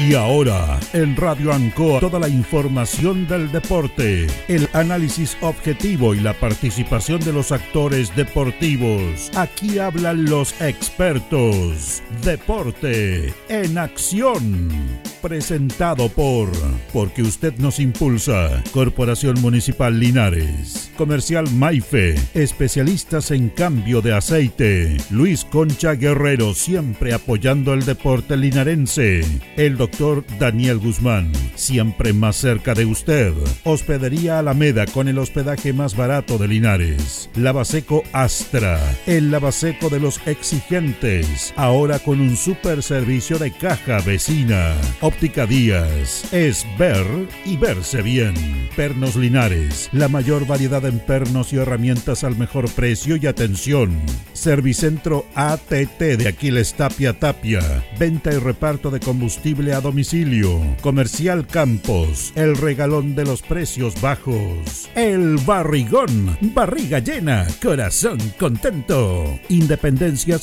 Y ahora, en Radio Ancoa, toda la información del deporte, el análisis objetivo y la participación de los actores deportivos. Aquí hablan los expertos. Deporte en acción. Presentado Porque usted nos impulsa. Corporación Municipal Linares. Comercial Maife. Especialistas en cambio de aceite. Luis Concha Guerrero, siempre apoyando el deporte linarense. El doctor Daniel Guzmán, siempre más cerca de usted. Hospedería Alameda, con el hospedaje más barato de Linares. Lavaseco Astra, el lavaseco de los exigentes, ahora con un super servicio de caja vecina. Óptica Díaz, es ver y verse bien. Pernos Linares, la mayor variedad en pernos y herramientas al mejor precio y atención. Servicentro ATT de Aquiles Tapia, venta y reparto de combustible a domicilio. Comercial Campos, el regalón de los precios bajos. El Barrigón, barriga llena, corazón contento. Independencia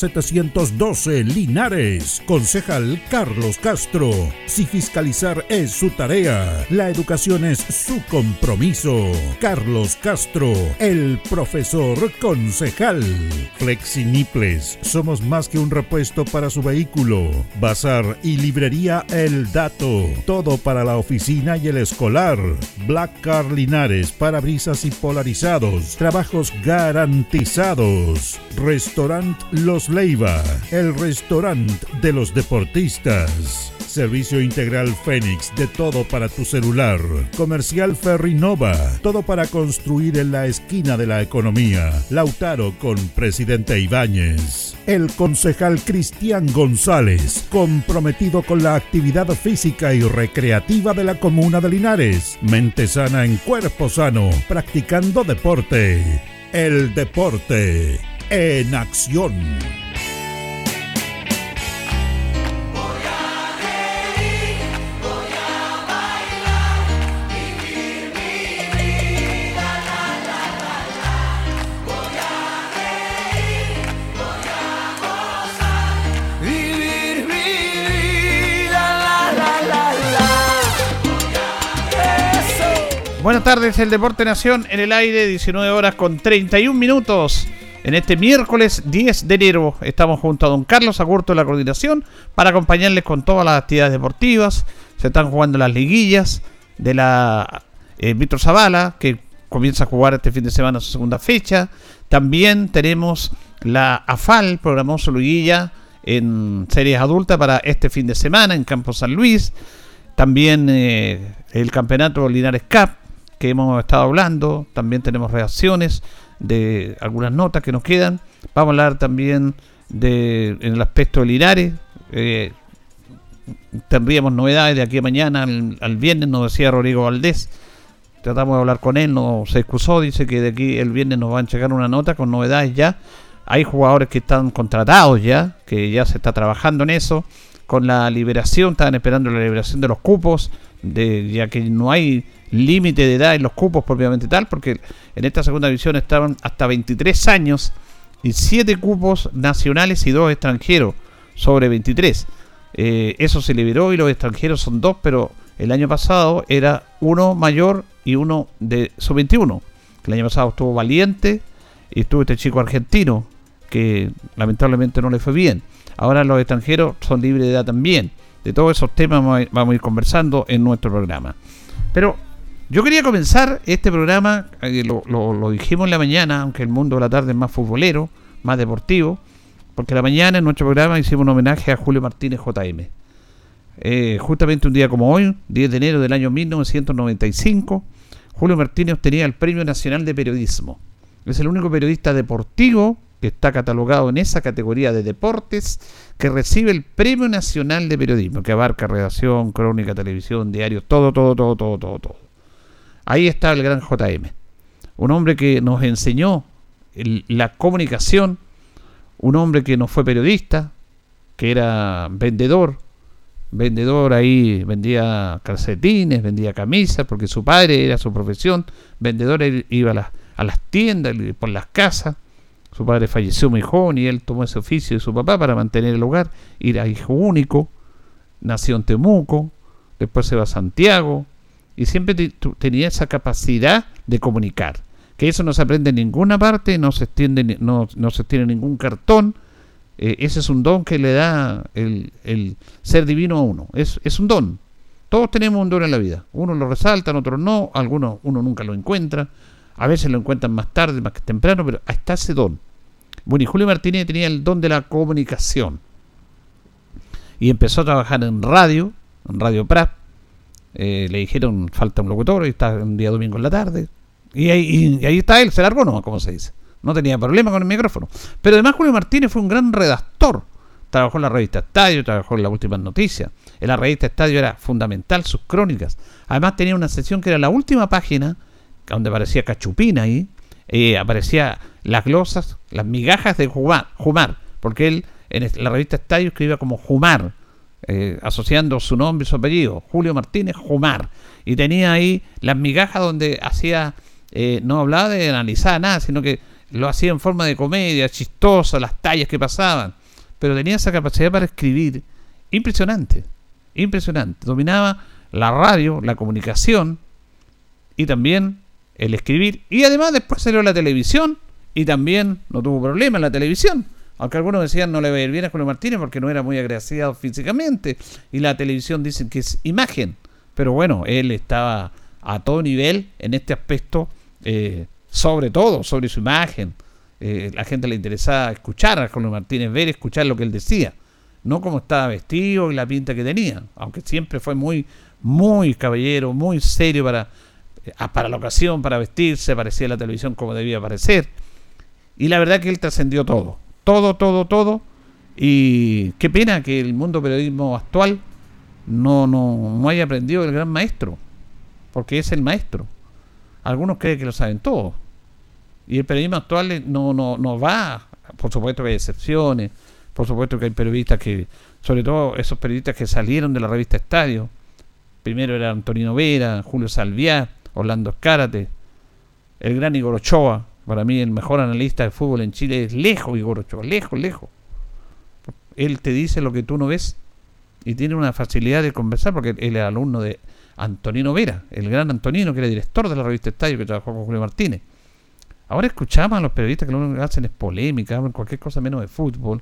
712, Linares. Concejal Carlos Castro. Si fiscalizar es su tarea, la educación es su compromiso. Carlos Castro, el profesor concejal. Flexiniples, somos más que un repuesto para su vehículo. Bazar y librería El Dato, todo para la oficina y el escolar. Black Car Linares, parabrisas y polarizados, trabajos garantizados. Restaurant Los Leiva, el restaurante de los deportistas. Servicio Integral Fénix, de todo para tu celular. Comercial Ferrinova, todo para construir en la esquina de la economía. Lautaro con Presidente Ibáñez. El concejal Cristian González, comprometido con la actividad física y recreativa de la comuna de Linares. Mente sana en cuerpo sano, practicando deporte. El deporte en acción. Buenas tardes, el Deporte Nación en el aire, 19 horas con 31 minutos. En este miércoles 10 de enero estamos junto a don Carlos Agurto de la coordinación para acompañarles con todas las actividades deportivas. Se están jugando las liguillas de la Víctor Zavala, que comienza a jugar este fin de semana su segunda fecha. También tenemos la AFAL, programó su liguilla en series adultas para este fin de semana en Campo San Luis. También el campeonato Linares Cup, que hemos estado hablando. También tenemos reacciones de algunas notas que nos quedan. Vamos a hablar también en el aspecto de Linares. Tendríamos novedades de aquí a mañana al viernes, nos decía Rodrigo Valdés. Tratamos de hablar con él, no se excusó, dice que de aquí el viernes nos van a llegar una nota con novedades ya. Hay jugadores que están contratados ya, que ya se está trabajando en eso. Con la liberación, estaban esperando la liberación de los cupos, ya que no hay límite de edad en los cupos propiamente tal, porque en esta segunda división estaban hasta 23 años y 7 cupos nacionales y 2 extranjeros sobre 23. Eso se liberó y los extranjeros son 2, pero el año pasado era uno mayor y uno de sub-21. El año pasado estuvo Valiente y estuvo este chico argentino, que lamentablemente no le fue bien. Ahora los extranjeros son libres de edad también. De todos esos temas vamos a ir conversando en nuestro programa. Pero yo quería comenzar este programa, lo dijimos en la mañana, aunque el mundo de la tarde es más futbolero, más deportivo, porque la mañana en nuestro programa hicimos un homenaje a Julio Martínez JM. Justamente un día como hoy, 10 de enero del año 1995, Julio Martínez obtenía el Premio Nacional de Periodismo. Es el único periodista deportivo que está catalogado en esa categoría de deportes que recibe el Premio Nacional de Periodismo, que abarca redacción, crónica, televisión, diario, todo. Ahí está el gran JM, un hombre que nos enseñó la comunicación, un hombre que no fue periodista, que era vendedor ahí, vendía calcetines, vendía camisas, porque su padre era su profesión, vendedor, él iba a las tiendas, por las casas. Su padre falleció muy joven y él tomó ese oficio de su papá para mantener el hogar. Era hijo único nació en Temuco, después se va a Santiago, y siempre tenía esa capacidad de comunicar, que eso no se aprende en ninguna parte, no se extiende, no se tiene ningún cartón. Ese es un don que le da el ser divino a uno, es un don. Todos tenemos un don en la vida, unos lo resaltan, otros no, algunos uno nunca lo encuentra, a veces lo encuentran más tarde, más que temprano, pero ahí está ese don. Bueno, y Julio Martínez tenía el don de la comunicación, y empezó a trabajar en Radio Prat. Le dijeron falta un locutor, y está un día domingo en la tarde, y ahí está él, se largó nomás, como se dice, no tenía problema con el micrófono. Pero además Julio Martínez fue un gran redactor, trabajó en la revista Estadio, trabajó en las últimas noticias. En la revista Estadio era fundamental sus crónicas, además tenía una sección que era la última página, donde aparecía Cachupina ahí, aparecía las glosas, las migajas de Jumar, porque él en la revista Estadio escribía como Jumar, asociando su nombre y su apellido, Julio Martínez Jumar, y tenía ahí las migajas donde hacía, no hablaba de analizar nada, sino que lo hacía en forma de comedia, chistosa, las tallas que pasaban, pero tenía esa capacidad para escribir impresionante, dominaba la radio, la comunicación y también el escribir, y además después salió a la televisión y también no tuvo problema en la televisión. Aunque algunos decían no le va a ir bien a Julio Martínez porque no era muy agraciado físicamente. Y la televisión dicen que es imagen. Pero bueno, él estaba a todo nivel en este aspecto, sobre todo, sobre su imagen. La gente le interesaba escuchar a Julio Martínez, ver, escuchar lo que él decía. No como estaba vestido y la pinta que tenía. Aunque siempre fue muy, muy caballero, muy serio para la ocasión, para vestirse, parecía la televisión como debía parecer. Y la verdad que él trascendió todo. Todo, y qué pena que el mundo periodismo actual no haya aprendido del gran maestro, porque es el maestro. Algunos creen que lo saben todo, y el periodismo actual no va, por supuesto que hay excepciones, por supuesto que hay periodistas que, sobre todo esos periodistas que salieron de la revista Estadio, primero era Antonino Vera, Julio Salviá, Orlando Escárate, el gran Igor Ochoa. Para mí el mejor analista de fútbol en Chile es lejos Igor Ochoa, lejos. Él te dice lo que tú no ves y tiene una facilidad de conversar porque él es alumno de Antonino Vera, el gran Antonino, que era director de la revista Estadio, que trabajó con Julio Martínez. Ahora escuchamos a los periodistas que lo único que hacen es polémica, hablan cualquier cosa menos de fútbol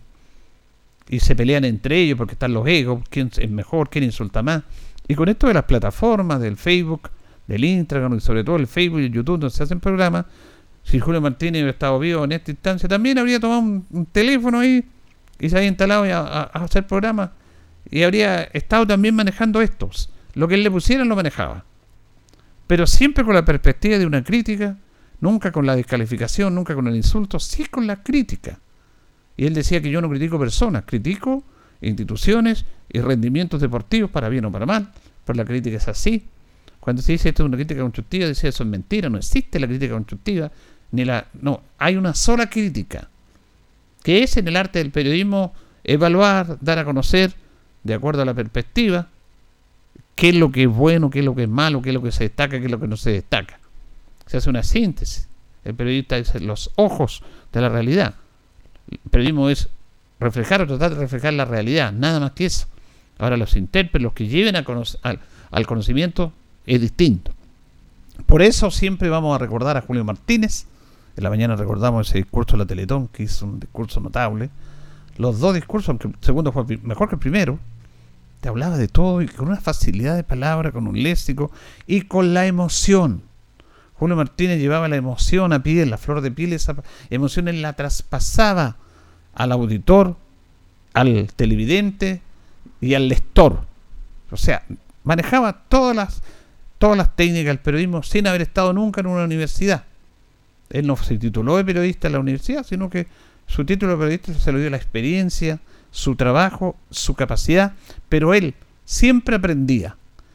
y se pelean entre ellos porque están los egos, quién es mejor, quién insulta más. Y con esto de las plataformas, del Facebook, del Instagram y sobre todo el Facebook y el YouTube donde se hacen programas, si Julio Martínez hubiera estado vivo en esta instancia, también habría tomado un teléfono ahí y se había instalado a hacer programas y habría estado también manejando estos. Lo que él le pusieran lo manejaba. Pero siempre con la perspectiva de una crítica, nunca con la descalificación, nunca con el insulto, sí con la crítica. Y él decía que yo no critico personas, critico instituciones y rendimientos deportivos para bien o para mal, pero la crítica es así. Cuando se dice esto es una crítica constructiva, dice eso es mentira, no existe la crítica constructiva. No, hay una sola crítica, que es en el arte del periodismo evaluar, dar a conocer, de acuerdo a la perspectiva, qué es lo que es bueno, qué es lo que es malo, qué es lo que se destaca, qué es lo que no se destaca. Se hace una síntesis. El periodista es los ojos de la realidad. El periodismo es reflejar o tratar de reflejar la realidad, nada más que eso. Ahora los intérpretes, los que lleven al conocimiento, es distinto. Por eso siempre vamos a recordar a Julio Martínez. En la mañana recordamos ese discurso de la Teletón, que hizo un discurso notable. Los dos discursos, aunque el segundo fue mejor que el primero, te hablaba de todo y con una facilidad de palabra, con un léxico y con la emoción. Julio Martínez llevaba la emoción a piel, la flor de piel, esa emoción él la traspasaba al auditor, al televidente y al lector. O sea, manejaba todas las técnicas del periodismo sin haber estado nunca en una universidad. Él no se tituló de periodista en la universidad, sino que su título de periodista se lo dio la experiencia, su trabajo, su capacidad, pero él siempre aprendía.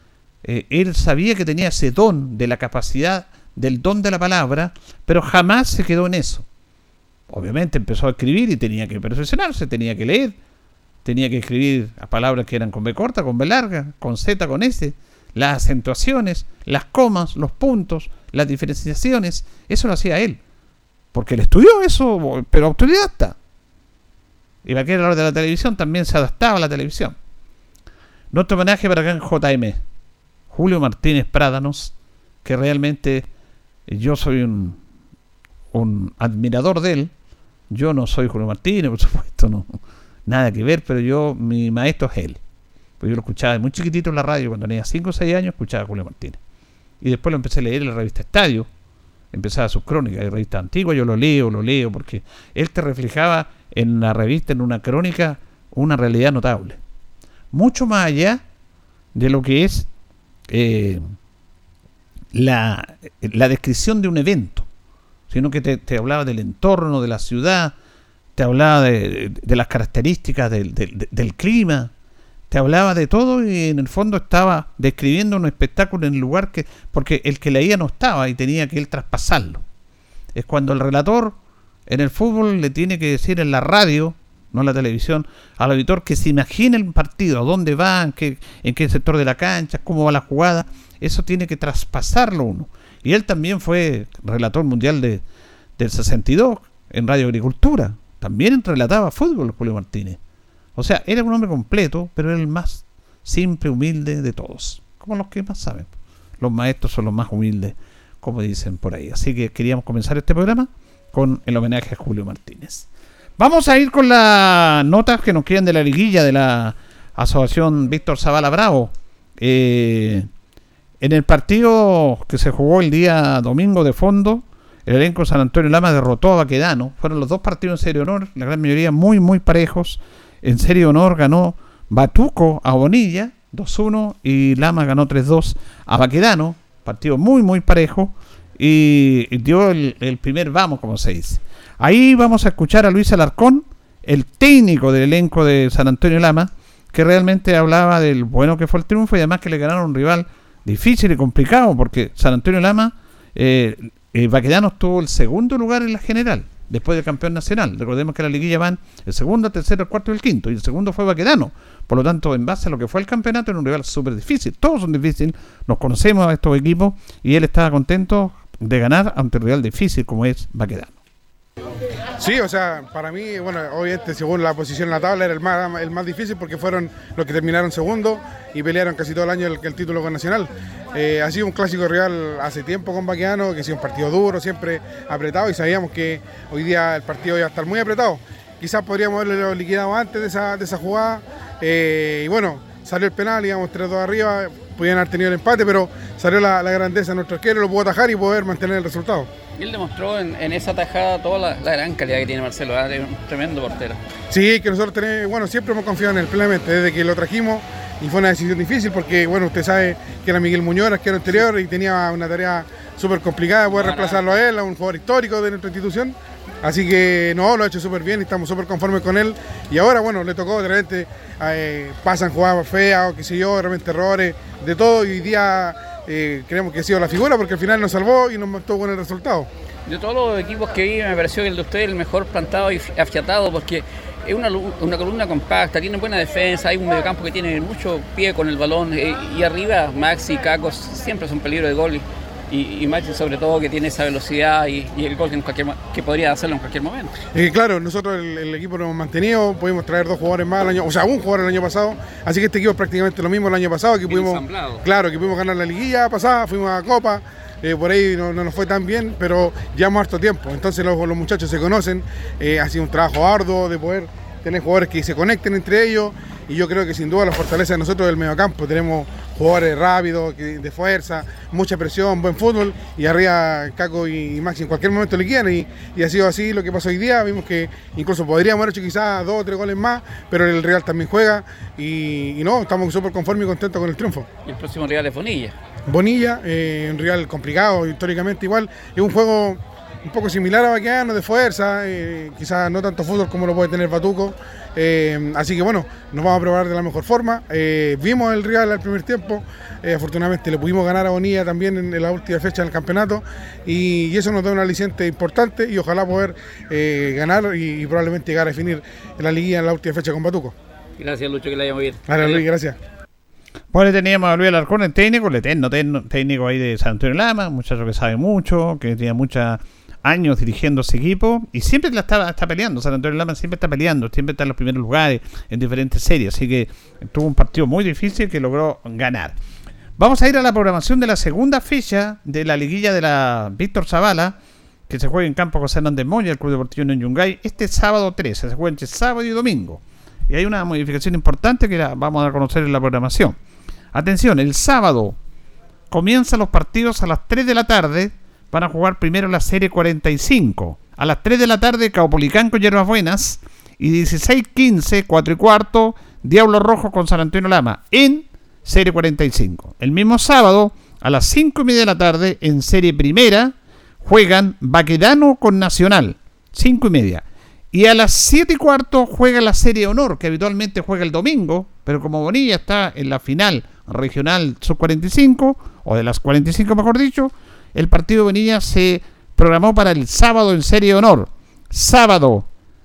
Él sabía que tenía ese don de la capacidad, del don de la palabra, pero jamás se quedó en eso. Obviamente empezó a escribir y tenía que perfeccionarse, tenía que leer, tenía que escribir a palabras que eran con B corta, con B larga, con Z, con S, las acentuaciones, las comas, los puntos, las diferenciaciones. Eso lo hacía él, porque él estudió eso, pero autodidacta. Y para que a la hora de la televisión también se adaptaba a la televisión. Nuestro homenaje para acá en JM, Julio Martínez Prádanos, que realmente yo soy un admirador de él. Yo no soy Julio Martínez, por supuesto, no, nada que ver, pero mi maestro es él. Pues yo lo escuchaba muy chiquitito en la radio, cuando tenía 5 o 6 años, escuchaba a Julio Martínez. Y después lo empecé a leer en la revista Estadio, empezaba sus crónicas de revista antigua, yo lo leo, porque él te reflejaba en la revista, en una crónica, una realidad notable. Mucho más allá de lo que es la descripción de un evento, sino que te hablaba del entorno, de la ciudad, te hablaba de las características del clima, te hablaba de todo y en el fondo estaba describiendo un espectáculo en el lugar porque el que leía no estaba y tenía que él traspasarlo. Es cuando el relator en el fútbol le tiene que decir en la radio, no en la televisión, al auditor que se imagine el partido, a dónde va, en qué sector de la cancha, cómo va la jugada. Eso tiene que traspasarlo uno. Y él también fue relator mundial del 62 en Radio Agricultura. También relataba fútbol Julio Martínez. O sea, era un hombre completo, pero era el más simple, humilde de todos. Como los que más saben. Los maestros son los más humildes, como dicen por ahí. Así que queríamos comenzar este programa con el homenaje a Julio Martínez. Vamos a ir con las notas que nos quedan de la liguilla de la Asociación Víctor Zavala Bravo. En el partido que se jugó el día domingo de fondo, el elenco de San Antonio Lama derrotó a Baquedano. Fueron los dos partidos en serie honor, la gran mayoría muy, muy parejos. En serie honor ganó Batuco a Bonilla 2-1 y Lama ganó 3-2 a Baquedano. Partido muy, muy parejo y dio el primer vamos, como se dice. Ahí vamos a escuchar a Luis Alarcón, el técnico del elenco de San Antonio Lama, que realmente hablaba del bueno que fue el triunfo y además que le ganaron un rival difícil y complicado, porque San Antonio Lama, Baquedano estuvo el segundo lugar en la general, después del campeón nacional. Recordemos que la liguilla van el segundo, el tercero, el cuarto y el quinto, y el segundo fue Baquedano. Por lo tanto, en base a lo que fue el campeonato, era un rival súper difícil. Todos son difíciles, nos conocemos a estos equipos, y él estaba contento de ganar ante un rival difícil como es Baquedano. Sí, o sea, para mí, bueno, obviamente según la posición en la tabla era el más difícil porque fueron los que terminaron segundo y pelearon casi todo el año el título nacional. Ha sido un clásico rival hace tiempo con Baquedano, que ha sido un partido duro, siempre apretado, y sabíamos que hoy día el partido iba a estar muy apretado. Quizás podríamos haberlo liquidado antes de esa jugada, y bueno, salió el penal, íbamos 3-2 arriba, podían haber tenido el empate, pero salió la grandeza de nuestro arquero, lo pudo atajar y poder mantener el resultado. Y él demostró en esa tajada toda la gran calidad que tiene Marcelo, es un tremendo portero. Sí, que nosotros siempre hemos confiado en él plenamente, desde que lo trajimos, y fue una decisión difícil porque, bueno, usted sabe que era Miguel Muñoz, arquero anterior, y tenía una tarea súper complicada de poder reemplazarlo a él, a un jugador histórico de nuestra institución. Así que no, lo ha hecho súper bien y estamos súper conformes con él. Y ahora, bueno, le tocó de repente, pasan jugadas feas o qué sé yo, de repente errores, de todo, y hoy día creemos que ha sido la figura porque al final nos salvó y nos mantuvo con el resultado. De todos los equipos que vi, me pareció que el de usted es el mejor plantado y afiatado porque es una columna compacta, tiene buena defensa, hay un mediocampo que tiene mucho pie con el balón y arriba Maxi y Cacos siempre son peligro de gol y Maxi sobre todo que tiene esa velocidad y el gol que podría hacerlo en cualquier momento. Claro, nosotros el equipo lo hemos mantenido, pudimos traer 2 jugadores más un jugador el año pasado, así que este equipo es prácticamente lo mismo el año pasado, que pudimos ganar la liguilla pasada, fuimos a Copa. Por ahí no nos fue tan bien, pero llevamos harto tiempo, entonces los muchachos se conocen, ha sido un trabajo arduo de poder tener jugadores que se conecten entre ellos, y yo creo que sin duda la fortaleza de nosotros del mediocampo, tenemos jugadores rápidos, de fuerza, mucha presión, buen fútbol, y arriba Caco y Maxi en cualquier momento le quieren, y ha sido así lo que pasó hoy día. Vimos que incluso podríamos haber hecho quizás 2 o 3 goles más, pero el Real también juega, y no, estamos súper conformes y contentos con el triunfo. Y el próximo rival es Bonilla, un rival complicado, históricamente igual, es un juego un poco similar a Baquedano, de fuerza, quizás no tanto fútbol como lo puede tener Batuco, así que bueno, nos vamos a probar de la mejor forma. Vimos el rival al primer tiempo, afortunadamente le pudimos ganar a Bonilla también en la última fecha del campeonato, y eso nos da un aliciente importante y ojalá poder ganar y probablemente llegar a definir la liguilla en la última fecha con Batuco. Gracias, Lucho, que le haya muy bien. Vale, Luis, gracias. Bueno, teníamos a Luis Alarcón, el técnico, el eterno técnico ahí de San Antonio Lama, un muchacho que sabe mucho, que tiene mucha años dirigiendo ese equipo y siempre está peleando. San Antonio Lama siempre está peleando, siempre está en los primeros lugares en diferentes series, así que tuvo un partido muy difícil que logró ganar. Vamos a ir a la programación de la segunda fecha de la liguilla de la Víctor Zavala, que se juega en campo José Hernández Moya, el Club Deportivo Unión Yungay, este sábado 13, se juega entre sábado y domingo. Y hay una modificación importante que la vamos a conocer en la programación. Atención, el sábado comienzan los partidos a las 3 de la tarde. Van a jugar primero la serie 45. A las 3 de la tarde, Caupolicán con Hierbas Buenas. Y 16:15, 4:15, Diablo Rojo con San Antonio Lama en serie 45. El mismo sábado, a las 5:30 de la tarde, en serie primera, juegan Baquedano con Nacional. 5:30. Y a las 7:15 juega la serie Honor, que habitualmente juega el domingo, pero como Bonilla está en la final regional sub-45, o de las 45 mejor dicho, el partido de Bonilla se programó para el sábado en serie Honor. Sábado,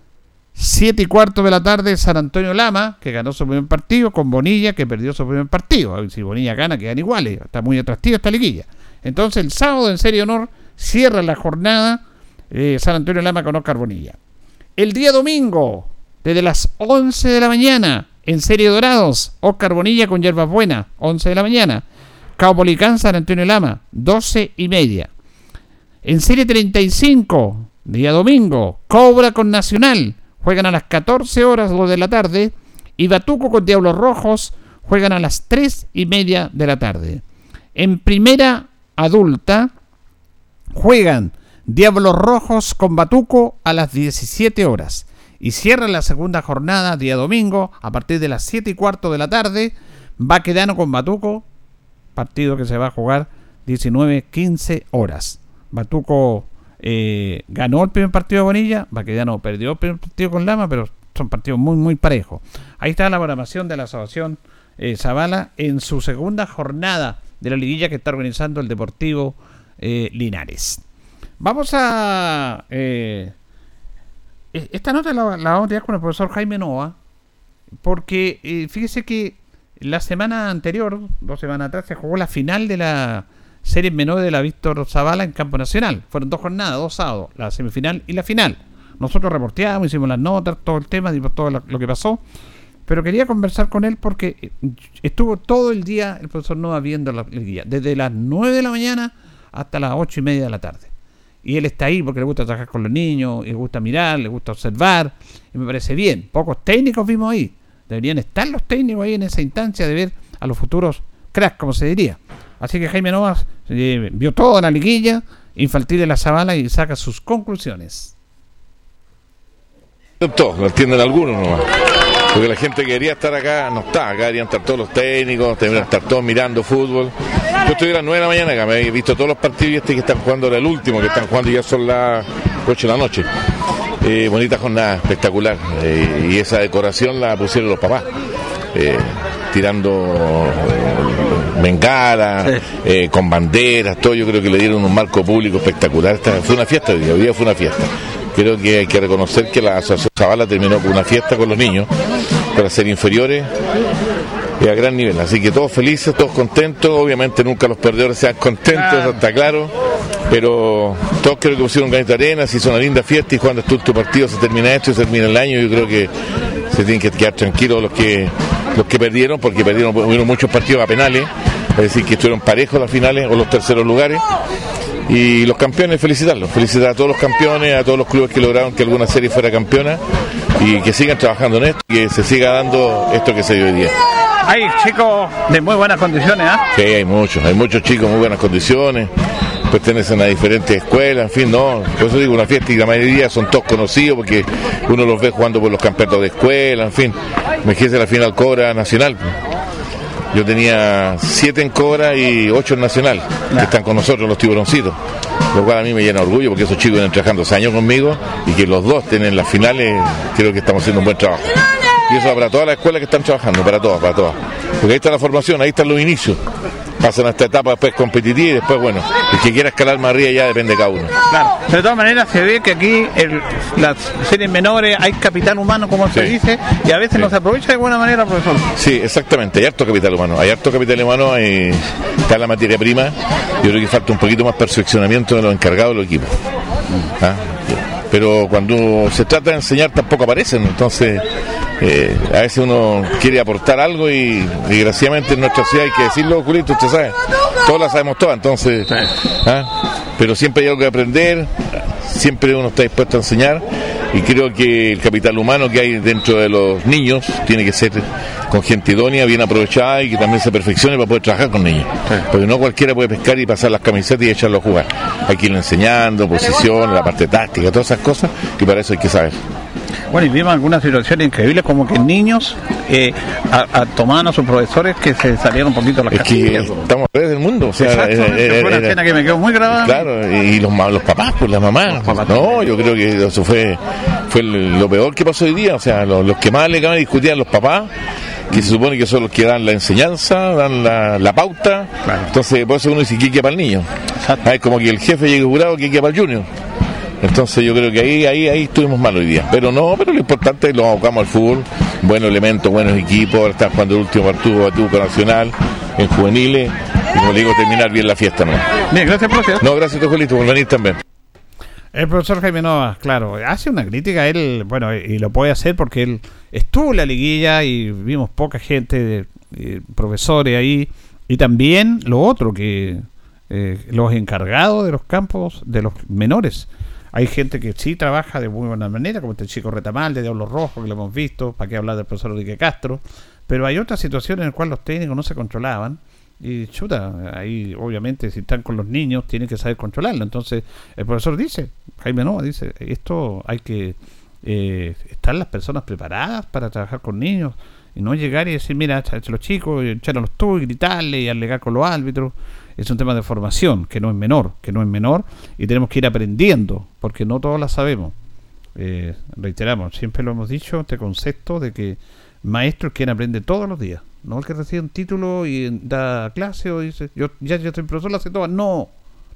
7:15 de la tarde, San Antonio Lama, que ganó su primer partido, con Bonilla, que perdió su primer partido. Si Bonilla gana, quedan iguales. Está muy atractiva esta liguilla. Entonces, el sábado en serie Honor cierra la jornada San Antonio Lama con Oscar Bonilla. El día domingo, desde las 11 de la mañana, en serie Dorados, Oscar Bonilla con Hierbas Buenas, 11 de la mañana. Caupolicán, San Antonio Lama, 12:30. En serie 35, día domingo, Cobra con Nacional, juegan a las 14 horas 2 de la tarde. Y Batuco con Diablos Rojos, juegan a las 3:30 de la tarde. En primera adulta, juegan Diablos Rojos con Batuco a las 17 horas. Y cierra la segunda jornada, día domingo, a partir de las 7:15 de la tarde, Baquedano con Batuco, partido que se va a jugar 19:15 horas. Batuco ganó el primer partido de Bonilla, Baquedano perdió el primer partido con Lama, pero son partidos muy, muy parejos. Ahí está la programación de la Asociación Zavala en su segunda jornada de la liguilla que está organizando el Deportivo Linares. Vamos a... esta nota la vamos a tirar con el profesor Jaime Nova, porque fíjese que la semana anterior, 2 semanas atrás, se jugó la final de la serie menor de la Víctor Zavala en campo nacional. Fueron 2 jornadas, 2 sábados, la semifinal y la final. Nosotros reporteamos, hicimos las notas, todo el tema, todo lo que pasó, pero quería conversar con él porque estuvo todo el día el profesor Nova viendo la liguilla, desde las 9 de la mañana hasta las 8:30 de la tarde. Y él está ahí porque le gusta trabajar con los niños, le gusta mirar, le gusta observar, y me parece bien. Pocos técnicos vimos ahí. Deberían estar los técnicos ahí en esa instancia de ver a los futuros cracks, como se diría. Así que Jaime Novas vio toda la liguilla infantil de la Zavala y saca sus conclusiones. Todos, lo entienden algunos nomás. Porque la gente que quería estar acá no está. Acá deberían estar todos los técnicos, deberían estar todos mirando fútbol. Yo estoy a las 9 de la mañana acá, me he visto todos los partidos que están jugando, ahora el último que están jugando, ya son las 8 de la noche. Bonita jornada, espectacular. Y esa decoración la pusieron los papás. Tirando bengalas, con banderas, todo. Yo creo que le dieron un marco público espectacular. Fue una fiesta hoy día fue una fiesta. Creo que hay que reconocer que la Asociación Zavala terminó con una fiesta con los niños para ser inferiores a gran nivel, así que todos felices, todos contentos. Obviamente nunca los perdedores sean contentos, eso está claro, pero todos creo que pusieron un granito de arena, se hizo una linda fiesta y cuando tu partido se termina esto y se termina el año, yo creo que se tienen que quedar tranquilos los que perdieron, porque hubieron muchos partidos a penales, es decir, que estuvieron parejos las finales o los terceros lugares. Y los campeones, felicitar a todos los campeones, a todos los clubes que lograron que alguna serie fuera campeona y que sigan trabajando en esto, que se siga dando esto que se dio hoy día. Hay chicos de muy buenas condiciones, ¿ah? Sí, hay muchos chicos de muy buenas condiciones, pertenecen a diferentes escuelas, en fin, no, por eso digo una fiesta y la mayoría son todos conocidos porque uno los ve jugando por los campeonatos de escuela, en fin, imagínense la final Cobra Nacional. Yo tenía 7 en Cobra y 8 en Nacional, que están con nosotros los tiburoncitos, lo cual a mí me llena de orgullo porque esos chicos vienen trabajando 2 años conmigo y que los dos tienen las finales, creo que estamos haciendo un buen trabajo. Y eso para todas las escuelas que están trabajando, para todas. Porque ahí está la formación, ahí están los inicios. Pasan a esta etapa después competitiva y después, bueno, el que quiera escalar más arriba ya depende de cada uno. Claro, de todas maneras se ve que aquí las series menores hay capital humano, como se dice, y a veces no se aprovecha de buena manera, profesor. Sí, exactamente, hay harto capital humano, está la materia prima. Yo creo que falta un poquito más perfeccionamiento de los encargados de los equipos. ¿Ah? Pero cuando se trata de enseñar tampoco aparecen, entonces a veces uno quiere aportar algo y desgraciadamente en nuestra ciudad hay que decirlo, Julito, usted sabe, todas las sabemos todas, entonces, pero siempre hay algo que aprender, siempre uno está dispuesto a enseñar, y creo que el capital humano que hay dentro de los niños tiene que ser con gente idónea, bien aprovechada, y que también se perfeccione para poder trabajar con niños, porque no cualquiera puede pescar y pasar las camisetas y echarlo a jugar. Hay que irlo enseñando, posición, la parte táctica, todas esas cosas, y para eso hay que saber. Bueno, y vimos algunas situaciones increíbles, como que niños tomaban a sus profesores que se salieron un poquito las casillas. Es que estamos alrededor del mundo, o sea, fue una escena que me quedó muy grabada. Claro, y los papás, pues las mamás. No, yo creo que eso fue lo peor que pasó hoy día, o sea, los que más le acaban de discutir a los papás, que se supone que son los que dan la enseñanza, dan la pauta, claro. Entonces por eso uno dice que para el niño. Es como que el jefe llega jurado que para el junior. Entonces yo creo que ahí estuvimos mal hoy día. Pero lo importante es lo abocamos al fútbol, buenos elementos, buenos equipos, ahora están jugando el último partido Batuco Nacional en juveniles, y como le digo, terminar bien la fiesta, ¿no? Bien, gracias, profesor. No, gracias a ti, Julito, por venir también. El profesor Jaime Nova, claro, hace una crítica a él, bueno, y lo puede hacer porque él estuvo en la liguilla y vimos poca gente, profesores ahí, y también lo otro, que los encargados de los campos de los menores. Hay gente que sí trabaja de muy buena manera, como este chico Retamal de Diablo Rojo, que lo hemos visto, para qué hablar del profesor Enrique Castro, pero hay otras situaciones en las cuales los técnicos no se controlaban, y ahí obviamente si están con los niños tienen que saber controlarlo. Entonces el profesor dice, Jaime Nova dice, esto hay que estar las personas preparadas para trabajar con niños, y no llegar y decir, mira, los chicos, echarlos tú y gritarle y alegar con los árbitros. Es un tema de formación que no es menor, y tenemos que ir aprendiendo, porque no todos la sabemos. Reiteramos, siempre lo hemos dicho, este concepto de que maestro es quien aprende todos los días, no el que recibe un título y da clase o dice, yo soy profesor, la sé todas. No,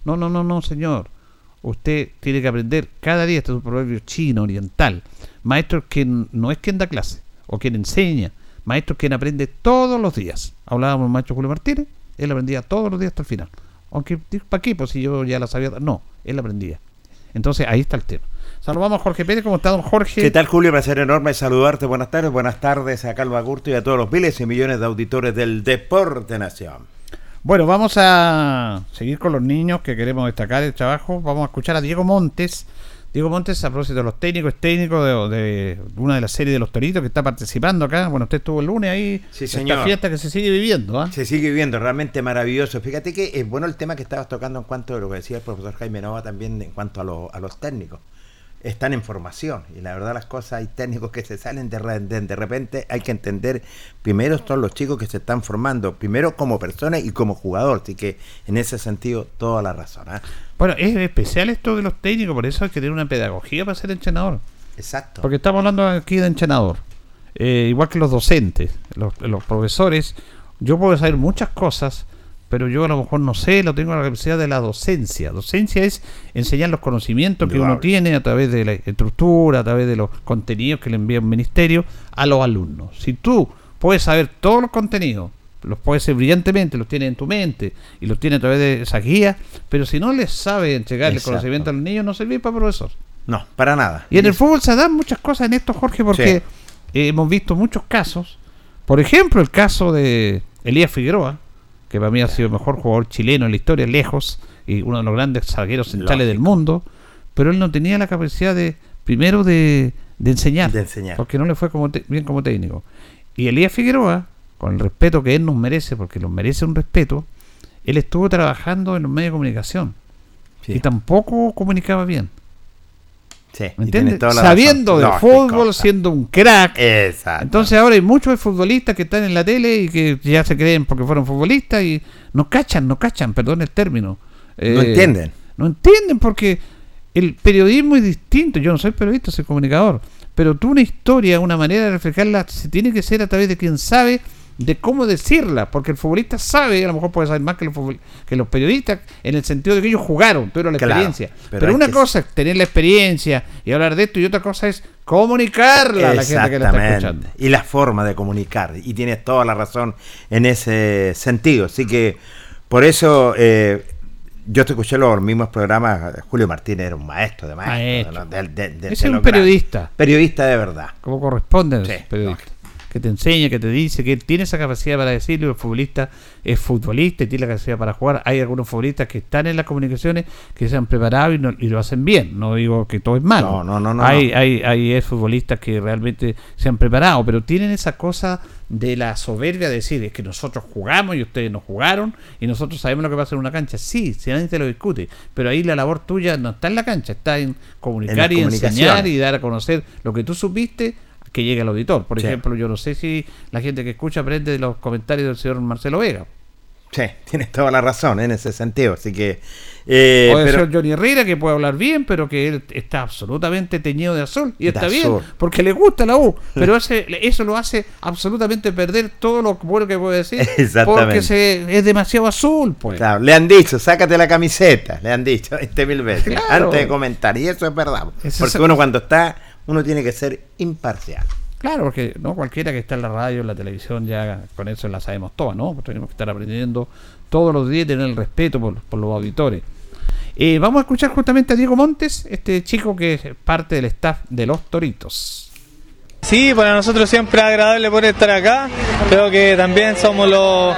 señor. Usted tiene que aprender cada día. Este es un proverbio chino, oriental. Maestro es quien no es quien da clase o quien enseña. Maestro es quien aprende todos los días. Hablábamos del maestro Julio Martínez. Él aprendía todos los días hasta el final. Aunque, ¿para qué? Pues si yo ya la sabía. No, él aprendía. Entonces, ahí está el tema. Saludamos a Jorge Pérez. ¿Cómo está, don Jorge? ¿Qué tal, Julio? Placer enorme saludarte. Buenas tardes a Calvo Agurto y a todos los miles y millones de auditores del Deporte Nación. Bueno, vamos a seguir con los niños que queremos destacar el trabajo. Vamos a escuchar a Diego Montes. Diego Montes, a propósito de los técnicos, es técnico de una de las series de los Toritos que está participando acá. Bueno, usted estuvo el lunes ahí. Sí, señor. Esta fiesta que se sigue viviendo. Se sigue viviendo, realmente maravilloso. Fíjate que es bueno el tema que estabas tocando en cuanto a lo que decía el profesor Jaime Nova también en cuanto a los técnicos. Están en formación y la verdad las cosas, hay técnicos que se salen de repente, hay que entender primero son los chicos que se están formando, primero como persona y como jugador, así que en ese sentido toda la razón. Bueno, es especial esto de los técnicos, por eso hay que tener una pedagogía para ser entrenador. Exacto. Porque estamos hablando aquí de entrenador, igual que los docentes, los profesores. Yo puedo saber muchas cosas, pero yo a lo mejor no sé, lo tengo la capacidad de la docencia. Docencia es enseñar los conocimientos que uno tiene a través de la estructura, a través de los contenidos que le envía un ministerio a los alumnos. Si tú puedes saber todos los contenidos, los puedes hacer brillantemente, los tienes en tu mente y los tienes a través de esa guía, pero si no les sabe entregar el conocimiento a los niños, no sirve para profesor. No, para nada. Y en el fútbol se dan muchas cosas en esto, Jorge, porque hemos visto muchos casos. Por ejemplo, el caso de Elías Figueroa, que para mí ha sido el mejor jugador chileno en la historia, lejos, y uno de los grandes zagueros centrales del mundo, pero él no tenía la capacidad de enseñar, porque no le fue bien como técnico. Y Elías Figueroa, con el respeto que él nos merece, porque nos merece un respeto, él estuvo trabajando en los medios de comunicación, y tampoco comunicaba bien. Sí, ¿me entiendes? Sabiendo de fútbol, siendo un crack. Exacto. Entonces ahora hay muchos futbolistas que están en la tele y que ya se creen porque fueron futbolistas y no cachan, perdón el término. No entienden. No entienden porque el periodismo es distinto. Yo no soy periodista, soy comunicador. Pero tú una historia, una manera de reflejarla, se tiene que ser a través de quien sabe de cómo decirla, porque el futbolista sabe, a lo mejor puede saber más que los periodistas, en el sentido de que ellos jugaron, tuvieron la experiencia. Pero una cosa es tener la experiencia y hablar de esto, y otra cosa es comunicarla a la gente que la está escuchando. Y la forma de comunicar, y tienes toda la razón en ese sentido. Así que, por eso, yo te escuché los mismos programas. Julio Martínez era un maestro de maestro. ¿No? Es un periodista. Periodista de verdad. Como corresponde, sí, periodista. No. Que te enseña, que te dice, que él tiene esa capacidad para decirlo. El futbolista es futbolista y tiene la capacidad para jugar. Hay algunos futbolistas que están en las comunicaciones que se han preparado y lo hacen bien. No digo que todo es malo. No. Hay futbolistas que realmente se han preparado, pero tienen esa cosa de la soberbia de decir, es que nosotros jugamos y ustedes no jugaron y nosotros sabemos lo que pasa en una cancha. Sí, si nadie te lo discute, pero ahí la labor tuya no está en la cancha, está en comunicar y enseñar y dar a conocer lo que tú supiste, que llegue al auditor. Por ejemplo, yo no sé si la gente que escucha aprende de los comentarios del señor Marcelo Vega. Sí, tienes toda la razón en ese sentido, así que... o el señor Johnny Herrera, que puede hablar bien, pero que él está absolutamente teñido de azul, y está bien, porque le gusta la U, pero eso lo hace absolutamente perder todo lo bueno que puede decir, porque es demasiado azul, pues. Claro, le han dicho, sácate la camiseta, le han dicho 20.000 veces, claro, antes de comentar, y eso es verdad, porque uno cuando está, uno tiene que ser imparcial. Claro, porque no cualquiera que está en la radio, en la televisión, ya con eso la sabemos todas, ¿no? Tenemos que estar aprendiendo todos los días, tener el respeto por los auditores. Vamos a escuchar justamente a Diego Montes, este chico que es parte del staff de los Toritos. Sí, para nosotros siempre es agradable poder estar acá. Creo que también somos los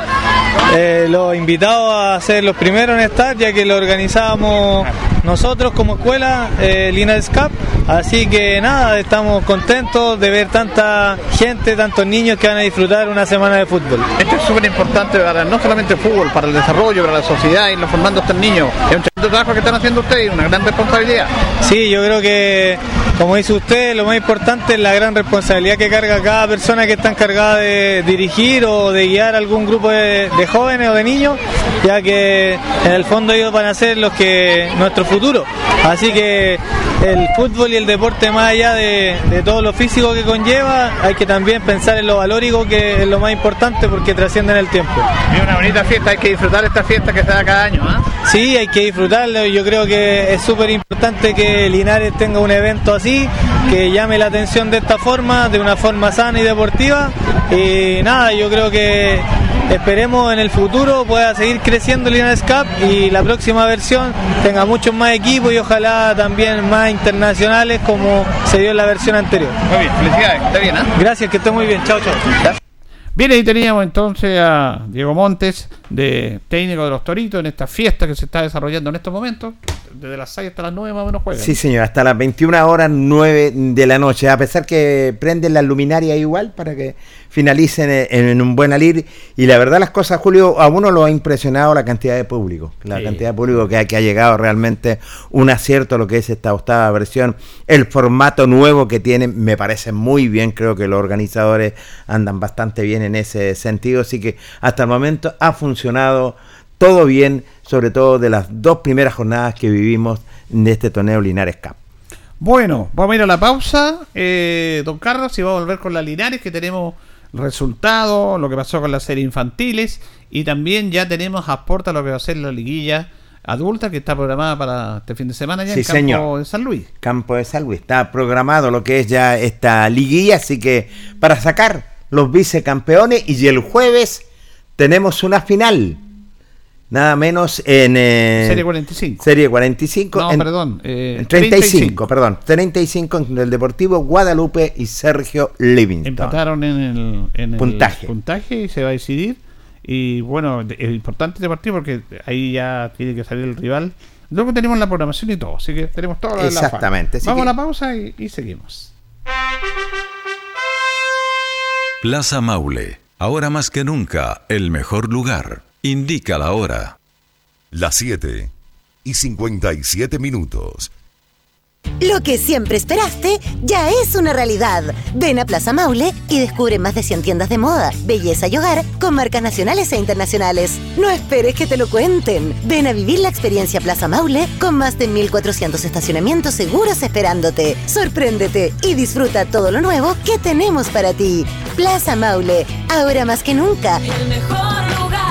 invitados a ser los primeros en estar, ya que lo organizábamos nosotros como escuela, Linares Cup. Así que nada, estamos contentos de ver tanta gente, tantos niños que van a disfrutar una semana de fútbol. Esto es súper importante para no solamente el fútbol, para el desarrollo, para la sociedad, irnos formando a estos niños. Es un tremendo trabajo que están haciendo ustedes, una gran responsabilidad. Sí, yo creo que, como dice usted, lo más importante es la gran responsabilidad que carga cada persona que está encargada de dirigir o de guiar algún grupo de jóvenes o de niños, ya que en el fondo ellos van a ser nuestro futuro. Así que el fútbol y el deporte, más allá de todo lo físico que conlleva, hay que también pensar en lo valórico, que es lo más importante, porque trasciende en el tiempo. Es una bonita fiesta, hay que disfrutar esta fiesta que se da cada año, ¿eh? Sí, hay que disfrutarlo. Yo creo que es súper importante que Linares tenga un evento así, que llame la atención de esta forma, de una forma sana y deportiva. Y nada, yo creo que esperemos en el futuro pueda seguir creciendo Linares Cup y la próxima versión tenga muchos más equipos y ojalá también más internacionales, como se dio en la versión anterior. Muy bien, felicidades, está bien, ¿eh? Gracias, que esté muy bien, chao. Bien, ahí teníamos entonces a Diego Montes, de técnico de los Toritos, en esta fiesta que se está desarrollando en estos momentos. Desde las 6 hasta las 9 más o menos juegan. Sí, señor, hasta las 21:09 de la noche, a pesar que prenden las luminarias igual para que finalicen en un buen alir. Y la verdad las cosas, Julio, a uno lo ha impresionado la cantidad de público, cantidad de público que ha llegado, realmente un acierto a lo que es esta octava versión. El formato nuevo que tienen me parece muy bien, creo que los organizadores andan bastante bien en ese sentido, así que hasta el momento ha funcionado todo bien, sobre todo de las dos primeras jornadas que vivimos de este torneo Linares Cup. Bueno, vamos a ir a la pausa, don Carlos, y vamos a volver con la Linares, que tenemos resultados, lo que pasó con las series infantiles, y también ya tenemos a puerta lo que va a ser la liguilla adulta, que está programada para este fin de semana ya, sí, en Campo de San Luis. Campo de San Luis, está programado lo que es ya esta liguilla, así que para sacar los vicecampeones, y el jueves tenemos una final. Nada menos en... Serie 45. Serie 45. No, perdón. 35, perdón. 35 en el Deportivo Guadalupe y Sergio Livingston. Empataron en el puntaje y se va a decidir. Y bueno, es importante este partido porque ahí ya tiene que salir el rival. Luego tenemos la programación y todo, así que tenemos todo. Exactamente. Vamos a la pausa y seguimos. Plaza Maule, ahora más que nunca, el mejor lugar. Indica la hora. Las 7:57. Lo que siempre esperaste ya es una realidad. Ven a Plaza Maule y descubre más de 100 tiendas de moda, belleza y hogar con marcas nacionales e internacionales. No esperes que te lo cuenten. Ven a vivir la experiencia Plaza Maule con más de 1.400 estacionamientos seguros esperándote. Sorpréndete y disfruta todo lo nuevo que tenemos para ti. Plaza Maule, ahora más que nunca. El mejor lugar.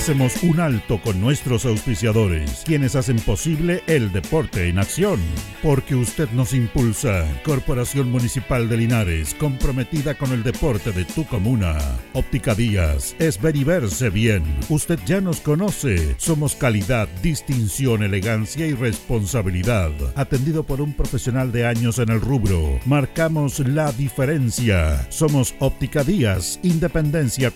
Hacemos un alto con nuestros auspiciadores, quienes hacen posible el deporte en acción. Porque usted nos impulsa. Corporación Municipal de Linares, comprometida con el deporte de tu comuna. Óptica Díaz, es ver y verse bien. Usted ya nos conoce. Somos calidad, distinción, elegancia y responsabilidad. Atendido por un profesional de años en el rubro. Marcamos la diferencia. Somos Óptica Díaz, Independencia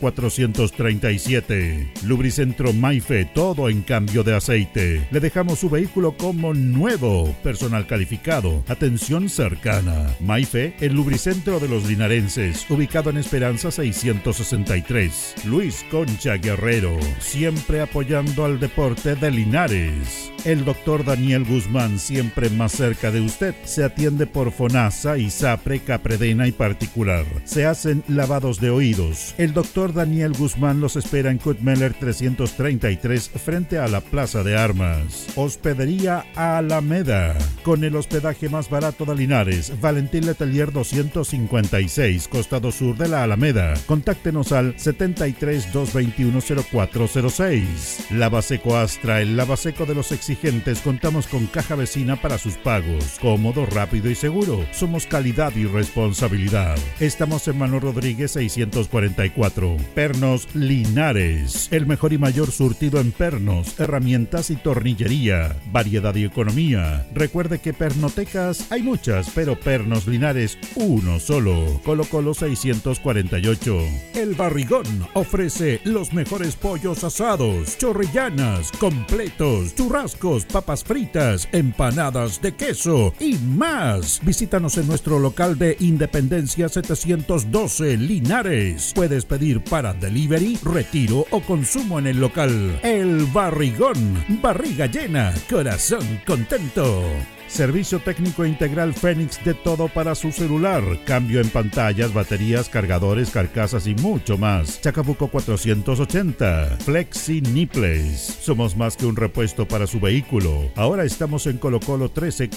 437. Lubricentro Maife, todo en cambio de aceite. Le dejamos su vehículo como nuevo. Personal calificado, atención cercana. Maife, el lubricentro de los linarenses, ubicado en Esperanza 663. Luis Concha Guerrero, siempre apoyando al deporte de Linares. El doctor Daniel Guzmán, siempre más cerca de usted. Se atiende por FONASA, ISAPRE, Capredena y particular. Se hacen lavados de oídos. El doctor Daniel Guzmán los espera en Kutmeller 333 frente a la Plaza de Armas. Hospedería Alameda, con el hospedaje más barato de Linares. Valentín Letelier 256, costado sur de la Alameda. Contáctenos al 73 221 0406. Lavaseco Astra, el lavaseco de los exigentes. Contamos con caja vecina para sus pagos. Cómodo, rápido y seguro. Somos calidad y responsabilidad. Estamos en Manuel Rodríguez 644. Pernos Linares, el mejor y mayor surtido en pernos, herramientas y tornillería, variedad y economía. Recuerde que pernotecas hay muchas, pero Pernos Linares uno solo. Colo Colo 648. El Barrigón ofrece los mejores pollos asados, chorrillanas, completos, churrascos, papas fritas, empanadas de queso y más. Visítanos en nuestro local de Independencia 712 Linares. Puedes pedir para delivery, retiro o consumo en el local. El Barrigón, barriga llena, corazón contento. Servicio técnico integral Fénix, de todo para su celular. Cambio en pantallas, baterías, cargadores, carcasas y mucho más. Chacabuco 480. Flexi Nipples. Somos más que un repuesto para su vehículo. Ahora estamos en Colo Colo